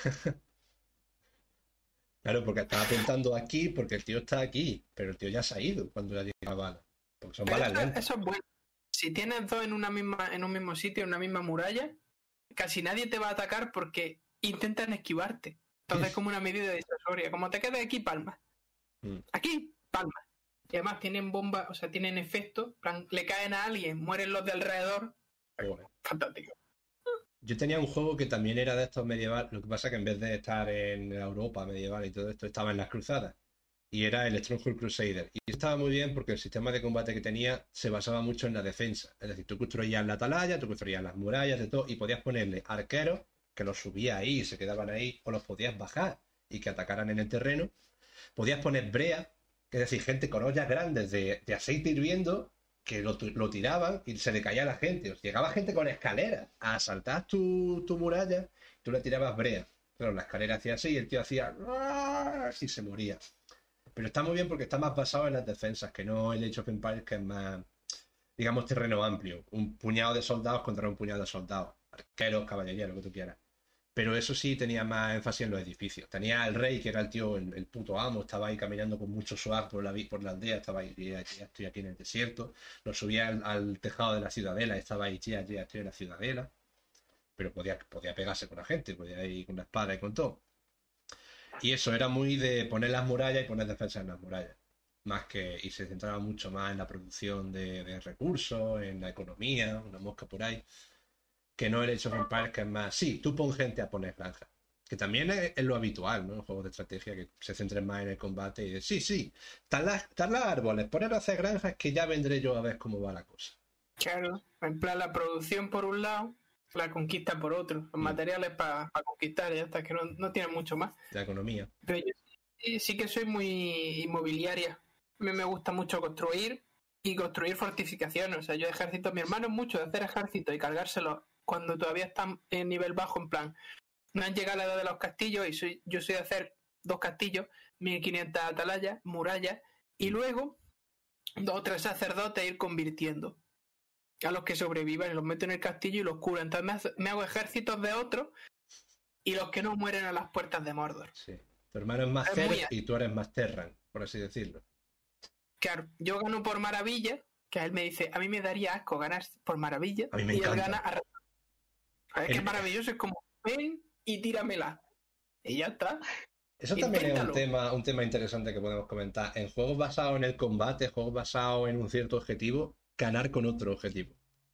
Speaker 2: Claro, porque estaba apuntando aquí porque el tío está aquí. Pero el tío ya se ha ido cuando ya llega la bala. Porque son
Speaker 1: Pero
Speaker 2: balas
Speaker 1: eso,
Speaker 2: lentas.
Speaker 1: eso es bueno. Si tienes dos en una misma, en un mismo sitio, en una misma muralla, casi nadie te va a atacar porque intentan esquivarte. Entonces es como una medida disuasoria. Como te quedes aquí, palma.
Speaker 2: Mm.
Speaker 1: Aquí, palma. Y además tienen bombas, o sea, tienen efecto. En plan, le caen a alguien, mueren los de alrededor.
Speaker 2: Joder.
Speaker 1: Fantástico.
Speaker 2: Yo tenía un juego que también era de estos medieval, lo que pasa que en vez de estar en Europa medieval y todo esto, estaba en las cruzadas. Y era el Stronghold Crusader. Y estaba muy bien porque el sistema de combate que tenía se basaba mucho en la defensa. Es decir, tú construías la atalaya, tú construías las murallas, de todo, y podías ponerle arqueros que los subías ahí y se quedaban ahí, o los podías bajar y que atacaran en el terreno. Podías poner brea, es decir, gente con ollas grandes de, de aceite hirviendo que lo, lo tiraban y se le caía a la gente. O sea, llegaba gente con escaleras a asaltar tu, tu muralla, tú le tirabas brea. Pero la escalera hacía así y el tío hacía ¡ah! Y se moría. Pero está muy bien porque está más basado en las defensas, que no el Age of Empires, que es más, digamos, terreno amplio. Un puñado de soldados contra un puñado de soldados. Arqueros, caballería, lo que tú quieras. Pero eso sí tenía más énfasis en los edificios. Tenía al rey, que era el tío, el, el puto amo, estaba ahí caminando con mucho swag por la, por la aldea, estaba ahí, ya, ya estoy aquí en el desierto. Lo subía al, al tejado de la ciudadela, estaba ahí, ya, ya estoy en la ciudadela. Pero podía, podía pegarse con la gente, podía ir con la espada y con todo. Y eso era muy de poner las murallas y poner defensas en las murallas. Más que, y se centraba mucho más en la producción de, de recursos, en la economía, una mosca por ahí. Que no el Age of Empires, que es más, sí, tú pon gente a poner granjas. Que también es, es lo habitual, ¿no? En juegos de estrategia que se centren más en el combate y de, sí, sí, talar, talar árboles, poner a hacer granjas que ya vendré yo a ver cómo va la cosa.
Speaker 1: Claro, en plan la producción por un lado, la conquista por otro. Los materiales para pa conquistar, ya está, que no, no tienen mucho más.
Speaker 2: La economía.
Speaker 1: Pero yo sí, sí que soy muy inmobiliaria. A mí me gusta mucho construir y construir fortificaciones. O sea, yo ejército, mi hermano es mucho de hacer ejército y cargárselo cuando todavía están en nivel bajo, en plan, no han llegado a la edad de los castillos y soy, yo soy de hacer dos castillos, mil quinientas atalayas, murallas, y luego dos o tres sacerdotes ir convirtiendo a los que sobrevivan, los meto en el castillo y los curo. Entonces me, hace, me hago ejércitos de otros y los que no mueren a las puertas de Mordor.
Speaker 2: Sí. Tu hermano es más
Speaker 1: Es
Speaker 2: Cer
Speaker 1: muy-
Speaker 2: y tú eres más Terran, por así decirlo.
Speaker 1: Claro, yo gano por maravilla, que a él me dice, a mí me daría asco ganar por maravilla,
Speaker 2: A mí me
Speaker 1: y
Speaker 2: encanta.
Speaker 1: él gana a... Es que
Speaker 2: El-
Speaker 1: es maravilloso, es como, ven y tíramela. Y ya está.
Speaker 2: Eso también es un
Speaker 1: Inténtalo.
Speaker 2: tema, un tema interesante que podemos comentar. En juegos basados en el combate, juegos basados en un cierto objetivo, ganar con otro objetivo.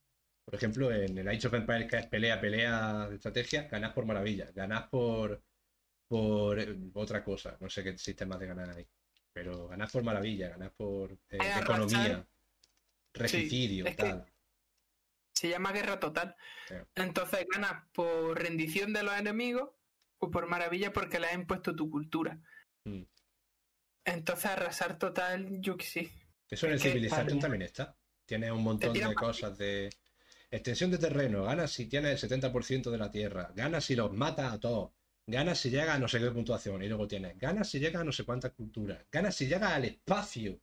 Speaker 2: Por ejemplo, en el Age of Empires, que es pelea, pelea de estrategia, ganas por maravilla, ganas por, por eh, otra cosa. No sé qué sistema de ganar hay. Pero ganas por maravilla, ganas por eh,
Speaker 1: Eh,
Speaker 2: economía,
Speaker 1: arrasar.
Speaker 2: regicidio,
Speaker 1: Sí, es que
Speaker 2: tal.
Speaker 1: se llama guerra total.
Speaker 2: Sí.
Speaker 1: Entonces ganas por rendición de los enemigos o por maravilla porque le has impuesto tu cultura.
Speaker 2: Mm.
Speaker 1: Entonces arrasar total, yo que sí.
Speaker 2: Eso en el
Speaker 1: Es que,
Speaker 2: Civilization
Speaker 3: vale.
Speaker 2: también está. Tiene un montón
Speaker 1: tiran
Speaker 2: de
Speaker 1: más.
Speaker 2: cosas de extensión de terreno. Ganas si tienes el setenta por ciento de la tierra. Ganas si los matas a todos. Ganas si llega a no sé qué puntuación. Y luego tienes ganas si llega a no sé cuántas culturas. Ganas si llega al espacio.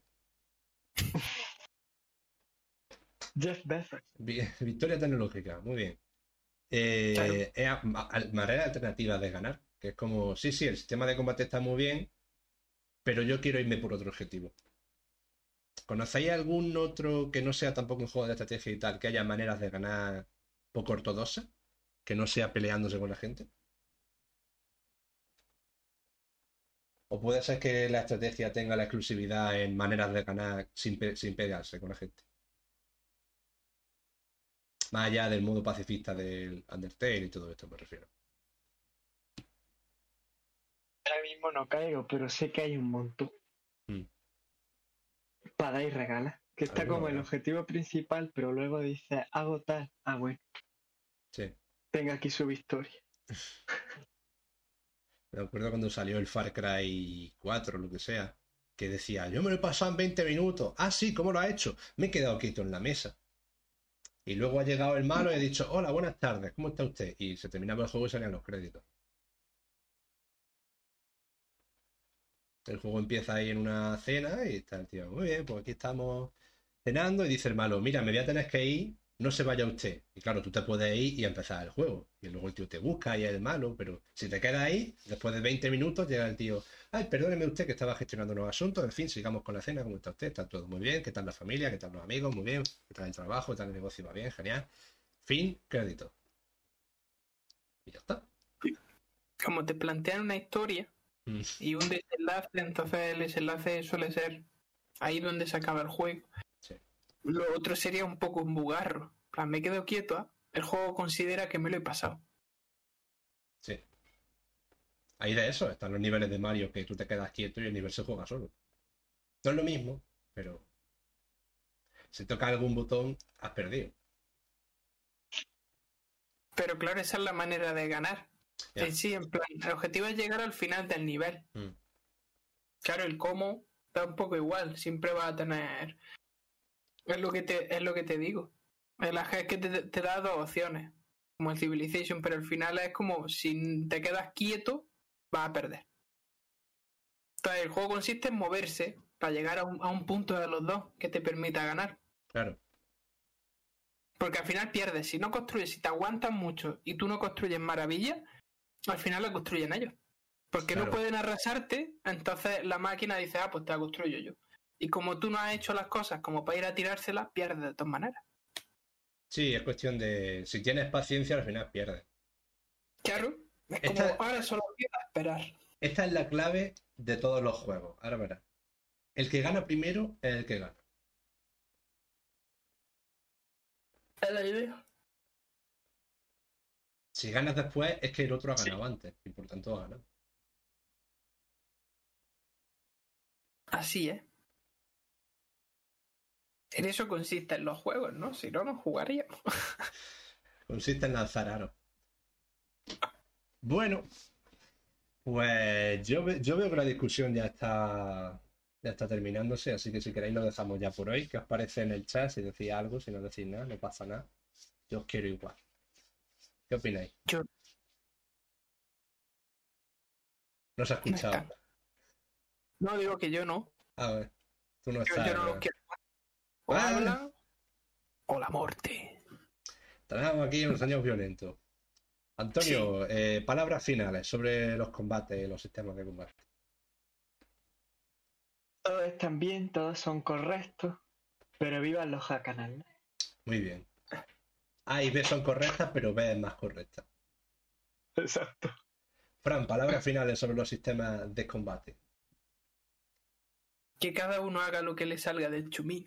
Speaker 3: Jeff Bezos.
Speaker 2: Vi- Victoria tecnológica. Muy bien. Eh,
Speaker 1: Claro.
Speaker 2: es a- ma- al- manera alternativa de ganar. Que es como, sí, sí, el sistema de combate está muy bien, pero yo quiero irme por otro objetivo. ¿Conocéis algún otro que no sea tampoco un juego de estrategia y tal, que haya maneras de ganar poco ortodoxas? Que no sea peleándose con la gente. O puede ser que la estrategia tenga la exclusividad en maneras de ganar sin, pe- sin pegarse con la gente. Más allá del modo pacifista del Undertale y todo esto me refiero.
Speaker 3: Ahora mismo no caigo, pero sé que hay un montón.
Speaker 2: Mm.
Speaker 3: Para dar y regalar. Que está
Speaker 2: Alguno
Speaker 3: como el
Speaker 2: habrá.
Speaker 3: objetivo principal, pero luego dice, hago tal. Ah, bueno,
Speaker 2: Sí.
Speaker 3: tenga aquí su victoria.
Speaker 2: Me acuerdo cuando salió el Far Cry cuatro, lo que sea, que decía, yo me lo he pasado en veinte minutos. Ah, sí, ¿cómo lo ha hecho? Me he quedado quieto en la mesa. Y luego ha llegado el malo y ha dicho, hola, buenas tardes, ¿cómo está usted? Y se terminaba el juego y salían los créditos. El juego empieza ahí en una cena y está el tío, muy bien, pues aquí estamos cenando y dice el malo, mira, me voy a tener que ir, no se vaya usted. Y claro, tú te puedes ir y empezar el juego. Y luego el tío te busca y es el malo, pero si te quedas ahí, después de veinte minutos llega el tío, ay, perdóneme usted que estaba gestionando unos asuntos, en fin, sigamos con la cena, ¿cómo está usted? Está todo muy bien, ¿qué tal la familia? ¿Qué tal los amigos? Muy bien, ¿qué tal el trabajo? ¿Qué tal el negocio? Va bien, genial. Fin, crédito. Y ya está.
Speaker 1: Como te plantean una historia
Speaker 2: Mm.
Speaker 1: y un desenlace, entonces el desenlace suele ser ahí donde se acaba el juego.
Speaker 2: Sí.
Speaker 1: Lo otro sería un poco un bugarro. En plan, me quedo quieto, ¿eh? El juego considera que me lo he pasado.
Speaker 2: Sí. Ahí de eso están los niveles de Mario que tú te quedas quieto y el nivel se juega solo. No es lo mismo, pero si tocas algún botón, has perdido.
Speaker 1: Pero claro, esa es la manera de ganar.
Speaker 2: Ya.
Speaker 1: En sí, en plan, el objetivo es llegar al final del nivel.
Speaker 2: Mm.
Speaker 1: Claro, el cómo da un poco igual. Siempre va a tener. Es lo que te, es lo que te digo. El A G es que te, te da dos opciones. Como el Civilization, pero al final es como si te quedas quieto, vas a perder. Entonces, el juego consiste en moverse para llegar a un, a un punto de los dos que te permita ganar.
Speaker 2: Claro.
Speaker 1: Porque al final pierdes. Si no construyes, si te aguantan mucho y tú no construyes maravilla, al final la construyen ellos. Porque
Speaker 2: Claro.
Speaker 1: no pueden arrasarte, entonces la máquina dice, ah, pues te la construyo yo. Y como tú no has hecho las cosas como para ir a tirárselas, pierdes de todas maneras.
Speaker 2: Sí, es cuestión de. Si tienes paciencia, al final pierdes.
Speaker 1: Claro. Es como,
Speaker 2: Esta-
Speaker 1: ahora solo queda esperar.
Speaker 2: Esta es la clave de todos los juegos. Ahora verás. El que gana primero es el que gana.
Speaker 1: Es la idea.
Speaker 2: Si ganas después, es que el otro ha ganado antes. Y por tanto ha ganado.
Speaker 1: Así es. En eso consisten los juegos, ¿no? Si no, no jugaríamos.
Speaker 2: Consiste en lanzar aros. Bueno, pues yo, ve- yo veo que la discusión ya está, ya está terminándose, así que si queréis lo dejamos ya por hoy. ¿Qué os parece en el chat? Si decís algo, si no decís nada, no pasa nada. Yo os quiero igual. ¿Qué opináis?
Speaker 1: Yo
Speaker 2: No se ha escuchado.
Speaker 1: no digo que yo no.
Speaker 2: A ver, tú no
Speaker 1: Yo,
Speaker 2: estás.
Speaker 1: yo no los
Speaker 2: ¿verdad?
Speaker 1: quiero. O
Speaker 2: Ah.
Speaker 1: hablan o la muerte.
Speaker 2: Tenemos aquí unos años violentos. Antonio, eh, palabras finales sobre los combates, los sistemas de combate.
Speaker 3: Todos están bien, todos son correctos, pero vivan los hackanal.
Speaker 2: Muy bien. A y B son correctas, pero B es más correcta.
Speaker 3: Exacto.
Speaker 2: Fran, palabras finales sobre los sistemas de combate.
Speaker 1: Que cada uno haga lo que le salga del chumino.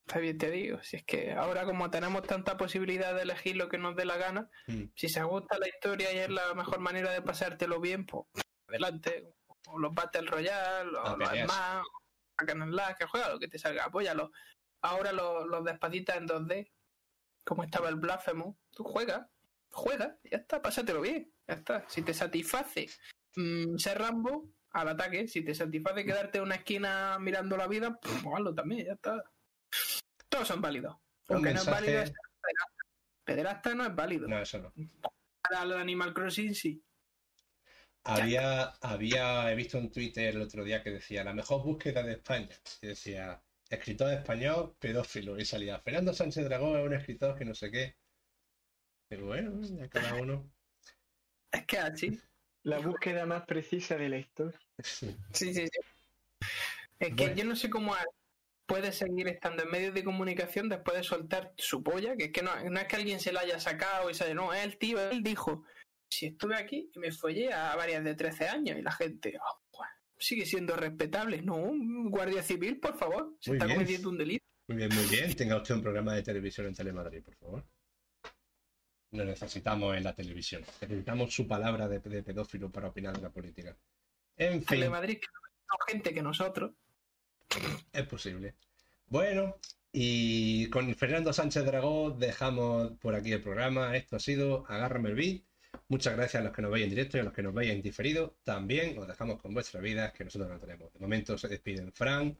Speaker 1: Está bien, te digo. Si es que ahora, como tenemos tanta posibilidad de elegir lo que nos dé la gana,
Speaker 2: Mm.
Speaker 1: si se gusta la historia y es la mejor manera de pasártelo bien, pues adelante. O los Battle Royale,
Speaker 2: A
Speaker 1: o los
Speaker 2: peleas.
Speaker 1: Smash, o Hack and Slash, que juega lo que te salga, apóyalo. Ahora los, los de espaditas en dos D, como estaba el Blasphemous, tú juegas, juegas, ya está, pásatelo bien, ya está. Si te satisface mmm, ser Rambo, al ataque. Si te satisface quedarte en una esquina mirando la vida, pues hazlo también, ya está. Todos son válidos.
Speaker 2: Un
Speaker 1: Aunque
Speaker 2: mensaje...
Speaker 1: no es válido es pederasta. Pederasta no es válido.
Speaker 2: No, eso no.
Speaker 1: Para lo de Animal Crossing sí.
Speaker 2: Había, había, he visto un Twitter el otro día que decía la mejor búsqueda de España. Y decía, escritor español, pedófilo. Y salía, Fernando Sánchez Dragó es un escritor que no sé qué. Pero bueno, ya cada uno.
Speaker 1: Es que así.
Speaker 3: La búsqueda más precisa de la historia.
Speaker 1: Sí, sí, sí. Es que
Speaker 2: Bueno.
Speaker 1: yo no sé cómo puede seguir estando en medios de comunicación después de soltar su polla, que es que no, no es que alguien se la haya sacado y se no, es el tío, él dijo, si estuve aquí y me follé a varias de trece años y la gente, oh, bueno, sigue siendo respetable. No, un guardia civil, por favor, se
Speaker 2: Muy
Speaker 1: está
Speaker 2: bien.
Speaker 1: cometiendo un delito.
Speaker 2: Muy bien, muy bien. Tenga usted un programa de televisión en Telemadrid, por favor. Lo necesitamos en la televisión. Necesitamos su palabra de, de pedófilo para opinar de la política. En fin.
Speaker 1: Telemadrid, que no gente que nosotros.
Speaker 2: Es posible. Bueno, y con Fernando Sánchez Dragó dejamos por aquí el programa. Esto ha sido Agárrame el Beat. Muchas gracias a los que nos veis en directo y a los que nos veis en diferido. También os dejamos con vuestras vidas, que nosotros no tenemos. De momento se despiden Fran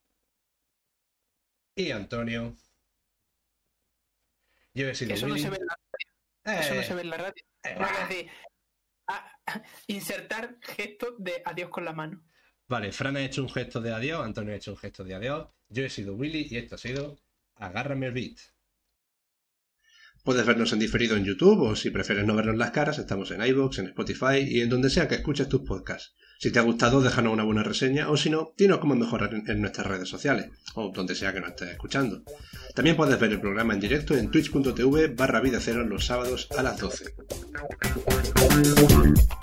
Speaker 2: y Antonio. Yo he sido
Speaker 1: Eso
Speaker 2: Willy.
Speaker 1: no se ve en la radio.
Speaker 2: Eh,
Speaker 1: Eso no se ve en la radio.
Speaker 2: eh,
Speaker 1: No es decir, a- a- insertar gesto de adiós con la mano.
Speaker 2: Vale, Fran ha hecho un gesto de adiós, Antonio ha hecho un gesto de adiós. Yo he sido Willy y esto ha sido Agárrame el Beat. Puedes vernos en diferido en YouTube o si prefieres no vernos las caras, estamos en iVoox, en Spotify y en donde sea que escuches tus podcasts. Si te ha gustado, déjanos una buena reseña o si no, dinos cómo mejorar en, en nuestras redes sociales o donde sea que nos estés escuchando. También puedes ver el programa en directo en twitch punto tv barra vida cero los sábados a las doce.